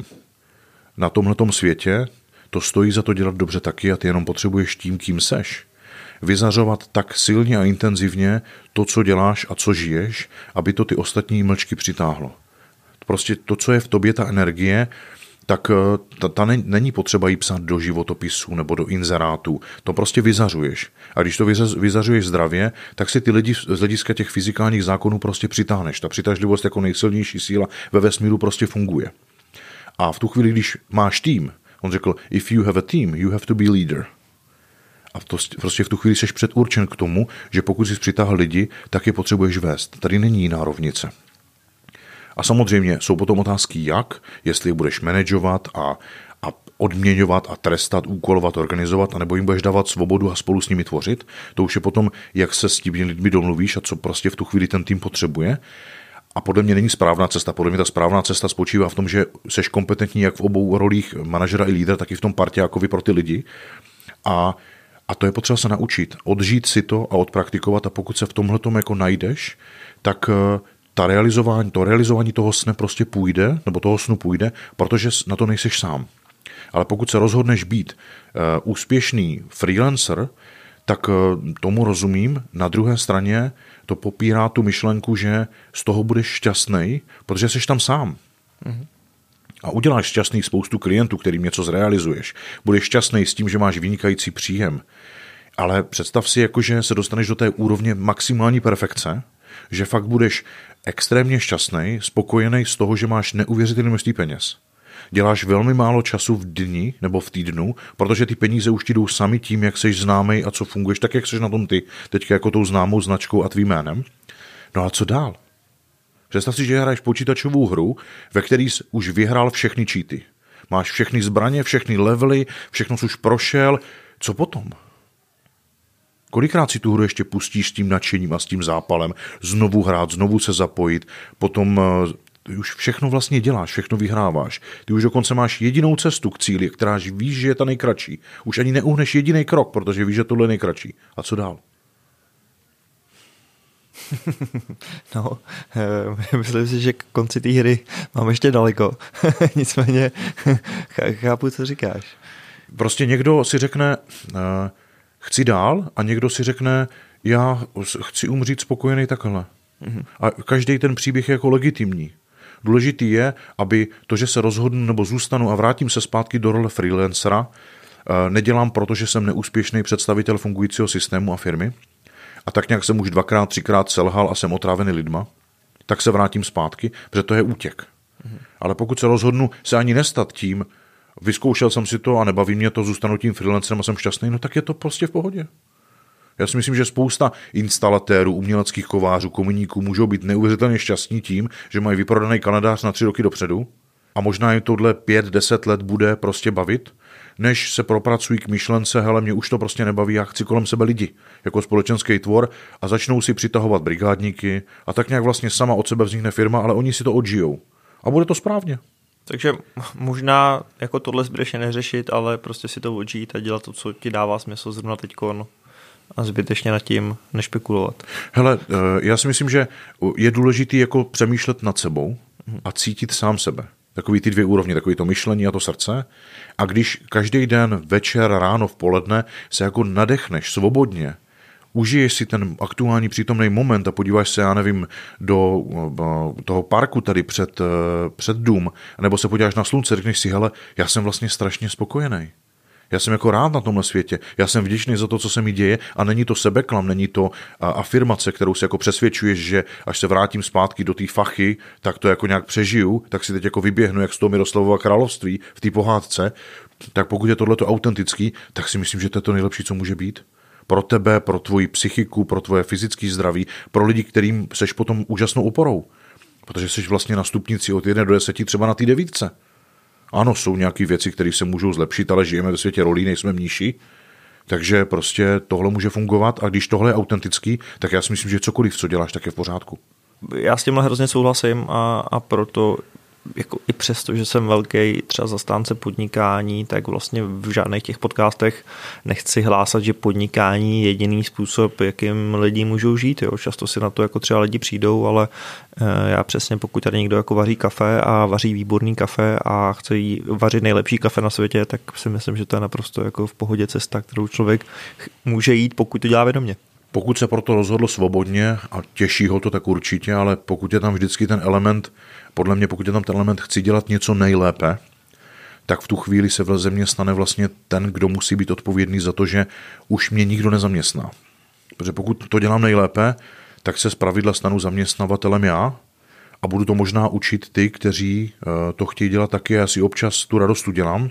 na tomhletom světě to stojí za to dělat dobře taky a ty jenom potřebuješ tým, kým seš. Vyzařovat tak silně a intenzivně to, co děláš a co žiješ, aby to ty ostatní mlčky přitáhlo. Prostě to, co je v tobě, ta energie, tak ta, ta není potřeba jí psát do životopisu nebo do inzerátů. To prostě vyzařuješ. A když to vyzařuješ zdravě, tak si ty lidi z hlediska těch fyzikálních zákonů prostě přitáhneš. Ta přitažlivost jako nejsilnější síla ve vesmíru prostě funguje. A v tu chvíli, když máš tým, on řekl, if you have a team, you have to be leader. A to prostě v tu chvíli seš předurčen k tomu, že pokud jsi přitáhl lidi, tak je potřebuješ vést. Tady není jiná rovnice. A samozřejmě jsou potom otázky jak, jestli je budeš manažovat a, a odměňovat a trestat, úkolovat, organizovat, anebo jim budeš dávat svobodu a spolu s nimi tvořit. To už je potom, jak se s těmi lidmi domluvíš a co prostě v tu chvíli ten tým potřebuje. A podle mě není správná cesta. Podle mě ta správná cesta spočívá v tom, že seš kompetentní jak v obou rolích manažera i lídra, tak i v tom parťákovi pro ty lidi. A, a to je potřeba se naučit. Odžít si to a odpraktikovat a pokud se v tomhletom jako najdeš, tak ta realizování, to realizování toho snu prostě půjde, nebo toho snu půjde, protože na to nejseš sám. Ale pokud se rozhodneš být uh, úspěšný freelancer, tak uh, tomu rozumím. Na druhé straně to popírá tu myšlenku, že z toho budeš šťastný, protože jsi tam sám. Mm-hmm. A uděláš šťastný spoustu klientů, kterým něco zrealizuješ. Budeš šťastný s tím, že máš vynikající příjem. Ale představ si, jako, že se dostaneš do té úrovně maximální perfekce, že fakt budeš extrémně šťastný, spokojený z toho, že máš neuvěřitelné množství peněz. Děláš velmi málo času v dni nebo v týdnu, protože ty peníze už ti jdou sami tím, jak jsi známý a co funguješ, tak jak jsi na tom ty, teďka jako tou známou značkou a tvým jménem. No a co dál? Představ si, že hraješ počítačovou hru, ve který jsi už vyhrál všechny cheaty. Máš všechny zbraně, všechny levely, všechno jsi už prošel. Co potom? Kolikrát si tu hru ještě pustíš s tím nadšením a s tím zápalem, znovu hrát, znovu se zapojit, potom ty už všechno vlastně děláš, všechno vyhráváš. Ty už dokonce máš jedinou cestu k cíli, která víš, že je ta nejkratší. Už ani neuhneš jediný krok, protože víš, že tohle je nejkratší. A co dál? No, myslím si, že k konci té hry mám ještě daleko. Nicméně chápu, co říkáš. Prostě někdo si řekne, chci dál, a někdo si řekne, já chci umřít spokojený takhle. Mm-hmm. A každý ten příběh je jako legitimní. Důležitý je, aby to, že se rozhodnu nebo zůstanu a vrátím se zpátky do role freelancera, nedělám proto, že jsem neúspěšný představitel fungujícího systému a firmy a tak nějak jsem už dvakrát, třikrát selhal a jsem otrávený lidma, tak se vrátím zpátky, protože to je útěk. Mm-hmm. Ale pokud se rozhodnu se ani nestat tím, vyzkoušel jsem si to a nebaví mě to, zůstanu tím freelancerem a jsem šťastný, no tak je to prostě v pohodě. Já si myslím, že spousta instalatérů, uměleckých kovářů, kominíků můžou být neuvěřitelně šťastní tím, že mají vyprodaný kalendář na tři roky dopředu a možná jim tohle pět, deset let bude prostě bavit, než se propracují k myšlence, hele, mě už to prostě nebaví, já chci kolem sebe lidi, jako společenský tvor a začnou si přitahovat brigádníky a tak nějak vlastně sama od sebe vznikne firma, ale oni si to odžijou. A bude to správně. Takže možná jako tohle zbytečně neřešit, ale prostě si to odžít a dělat to, co ti dává smysl zrovna teďkon a zbytečně nad tím nešpekulovat. Hele, já si myslím, že je důležitý jako přemýšlet nad sebou a cítit sám sebe. Takový ty dvě úrovně, takový to myšlení a to srdce. A když každý den, večer, ráno, v poledne se jako nadechneš svobodně, užiješ si ten aktuální přítomný moment a podíváš se, já nevím, do toho parku tady před, před dům, nebo se podíváš na slunce, řekneš si, hele, já jsem vlastně strašně spokojený. Já jsem jako rád na tomhle světě, já jsem vděčný za to, co se mi děje a není to sebeklam, není to afirmace, kterou si jako přesvědčuješ, že až se vrátím zpátky do té fachy, tak to jako nějak přežiju, tak si teď jako vyběhnu jak z toho Miroslavova království v té pohádce, tak pokud je tohleto autentický, tak si myslím, že to je to nejlepší, co může být. Pro tebe, pro tvoji psychiku, pro tvoje fyzické zdraví, pro lidi, kterým seš potom úžasnou oporou. Protože seš vlastně na stupnici od jedné do deseti třeba na té devítce. Ano, jsou nějaké věci, které se můžou zlepšit, ale žijeme ve světě rolí, nejsme mníši. Takže prostě tohle může fungovat a když tohle je autentický, tak já si myslím, že cokoliv, co děláš, tak je v pořádku. Já s tímhle hrozně souhlasím a, a proto jako i přesto, že jsem velký třeba zastánce podnikání, tak vlastně v žádných těch podcastech nechci hlásat, že podnikání je jediný způsob, jakým lidi můžou žít. Jo. Často si na to jako třeba lidi přijdou, ale já přesně, pokud tady někdo jako vaří kafe a vaří výborný kafe a chce jí vařit nejlepší kafe na světě, tak si myslím, že to je naprosto jako v pohodě cesta, kterou člověk může jít, pokud to dělá vědomě. Pokud se proto rozhodl svobodně a těší ho to, tak určitě, ale pokud je tam vždycky ten element, podle mě, pokud je tam ten element, chci dělat něco nejlépe, tak v tu chvíli se v země stane vlastně ten, kdo musí být odpovědný za to, že už mě nikdo nezaměstná. Protože pokud to dělám nejlépe, tak se zpravidla stanu zaměstnavatelem já a budu to možná učit ty, kteří to chtějí dělat taky. Já si občas tu radost udělám,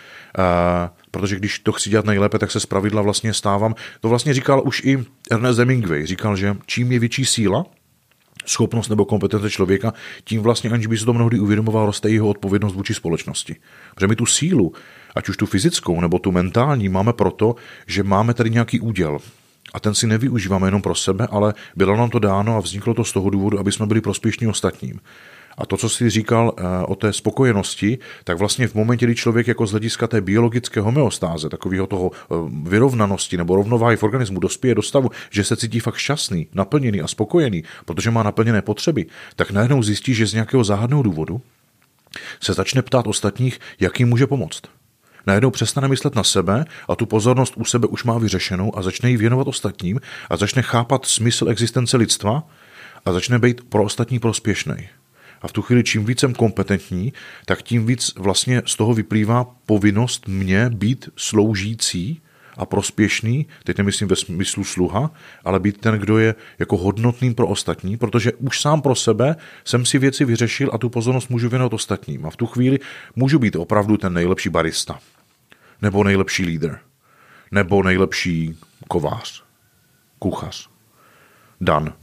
protože když to chci dělat nejlépe, tak se zpravidla vlastně stávám. To vlastně říkal už i Ernest Hemingway. Říkal, že čím je větší síla, schopnost nebo kompetence člověka, tím vlastně, aniž by se to mnohdy uvědomoval, roste jeho odpovědnost vůči společnosti. Protože my tu sílu, ať už tu fyzickou nebo tu mentální, máme proto, že máme tady nějaký úděl. A ten si nevyužíváme jenom pro sebe, ale bylo nám to dáno a vzniklo to z toho důvodu, aby jsme byli prospěšní ostatním. A to, co jsi říkal o té spokojenosti, tak vlastně v momentě, kdy člověk jako z hlediska té biologické homeostáze, takového toho vyrovnanosti nebo rovnováhy v organismu dospěje do stavu, že se cítí fakt šťastný, naplněný a spokojený, protože má naplněné potřeby, tak najednou zjistí, že z nějakého záhadného důvodu se začne ptát ostatních, jak jim může pomoct. Najednou přestane myslet na sebe a tu pozornost u sebe už má vyřešenou a začne ji věnovat ostatním a začne chápat smysl existence lidstva a začne být pro ostatní prospěšný. A v tu chvíli, čím víc jsem kompetentní, tak tím víc vlastně z toho vyplývá povinnost mě být sloužící a prospěšný, teď nemyslím ve smyslu sluha, ale být ten, kdo je jako hodnotným pro ostatní, protože už sám pro sebe jsem si věci vyřešil a tu pozornost můžu věnovat ostatním. A v tu chvíli můžu být opravdu ten nejlepší barista, nebo nejlepší lídr, nebo nejlepší kovář, kuchař. Dan.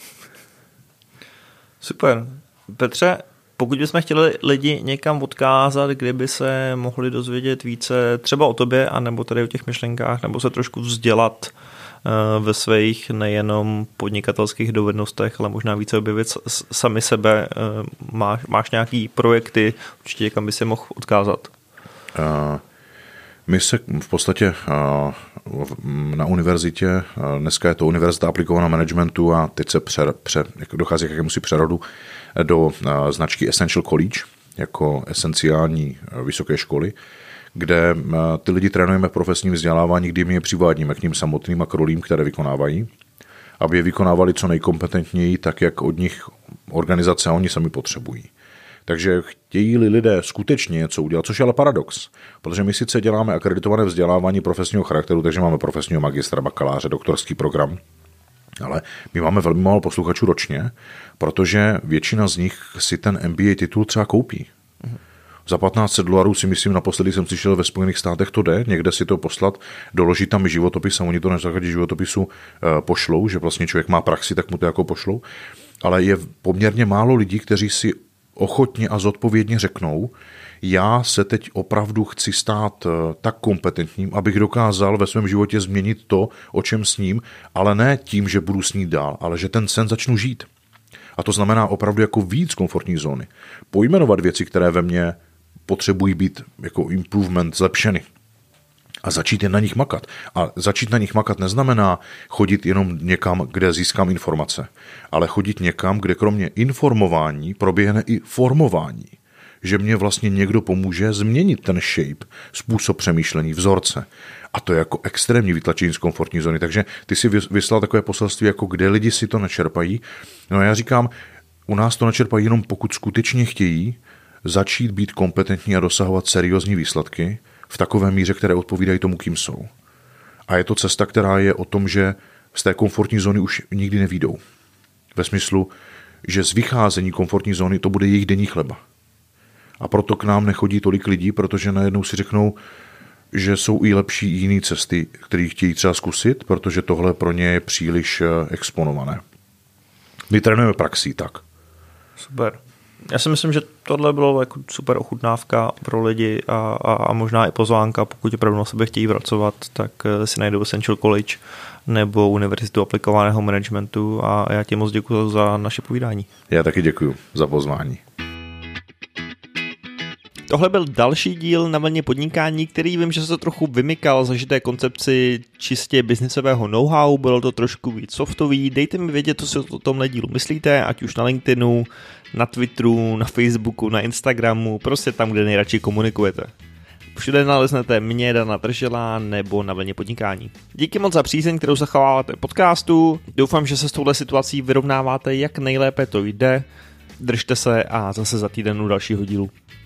Super. Petře, pokud bychom chtěli lidi někam odkázat, kde by se mohli dozvědět více třeba o tobě, anebo tady o těch myšlenkách, nebo se trošku vzdělat ve svých nejenom podnikatelských dovednostech, ale možná více objevit sami sebe, máš, máš nějaký projekty, určitě kam by se mohl odkázat? Uh, my se v podstatě uh, na univerzitě, uh, dneska je to Univerzita aplikovaného managementu a teď se pře, pře, dochází k jakémusi přerodu do uh, značky Essential College jako esenciální uh, vysoké školy, kde ty lidi trénujeme v profesním vzdělávání, kdy my je přivádíme k ním samotným a k rolím, které vykonávají, aby je vykonávali co nejkompetentněji, tak jak od nich organizace a oni sami potřebují. Takže chtějí-li lidé skutečně něco udělat, což je ale paradox, protože my sice děláme akreditované vzdělávání profesního charakteru, takže máme profesního magistra, bakaláře, doktorský program, ale my máme velmi málo posluchačů ročně, protože většina z nich si ten M B A titul třeba koupí. Za patnáct set dolarů si myslím, naposledy jsem slyšel, ve Spojených státech to jde, někde si to poslat, doložit tam životopis a oni to na základě životopisu pošlou, že vlastně člověk má praxi, tak mu to jako pošlou. Ale je poměrně málo lidí, kteří si ochotně a zodpovědně řeknou, já se teď opravdu chci stát tak kompetentním, abych dokázal ve svém životě změnit to, o čem sním, ale ne tím, že budu snít dál, ale že ten sen začnu žít. A to znamená opravdu jako víc komfortní zóny. Pojmenovat věci, které ve mně potřebují být jako improvement, zlepšeny. A začít je na nich makat. A začít na nich makat neznamená chodit jenom někam, kde získám informace, ale chodit někam, kde kromě informování proběhne i formování. Že mě vlastně někdo pomůže změnit ten shape, způsob přemýšlení, vzorce. A to je jako extrémní vytlačení z komfortní zóny. Takže ty si vyslal takové poselství, jako kde lidi si to načerpají. No a já říkám, u nás to načerpají jenom pokud skutečně chtějí začít být kompetentní a dosahovat seriózní výsledky v takové míře, které odpovídají tomu, kým jsou. A je to cesta, která je o tom, že z té komfortní zóny už nikdy nevyjdou. Ve smyslu, že z vycházení komfortní zóny to bude jejich denní chleba. A proto k nám nechodí tolik lidí, protože najednou si řeknou, že jsou i lepší jiné cesty, které chtějí třeba zkusit, protože tohle pro ně je příliš exponované. My trénujeme praxí tak. Super. Já si myslím, že tohle bylo jako super ochutnávka pro lidi a, a, a možná i pozvánka, pokud opravdu na sebe chtějí pracovat, tak si najdou Essential College nebo Univerzitu aplikovaného managementu a já ti moc děkuji za naše povídání. Já taky děkuji za pozvání. Tohle byl další díl Na vlně podnikání, který vím, že se trochu vymykal zažité koncepci čistě biznisového know-how, bylo to trošku víc softový. Dejte mi vědět, co si o tomhle dílu myslíte, ať už na LinkedInu, na Twitteru, na Facebooku, na Instagramu, prostě tam, kde nejradši komunikujete. Všude naleznete mě, Dana Držela, nebo Na vlně podnikání. Díky moc za přízeň, kterou zachováváte podcastu. Doufám, že se s touhle situací vyrovnáváte, jak nejlépe to jde. Držte se a zase za týden u dalšího dílu.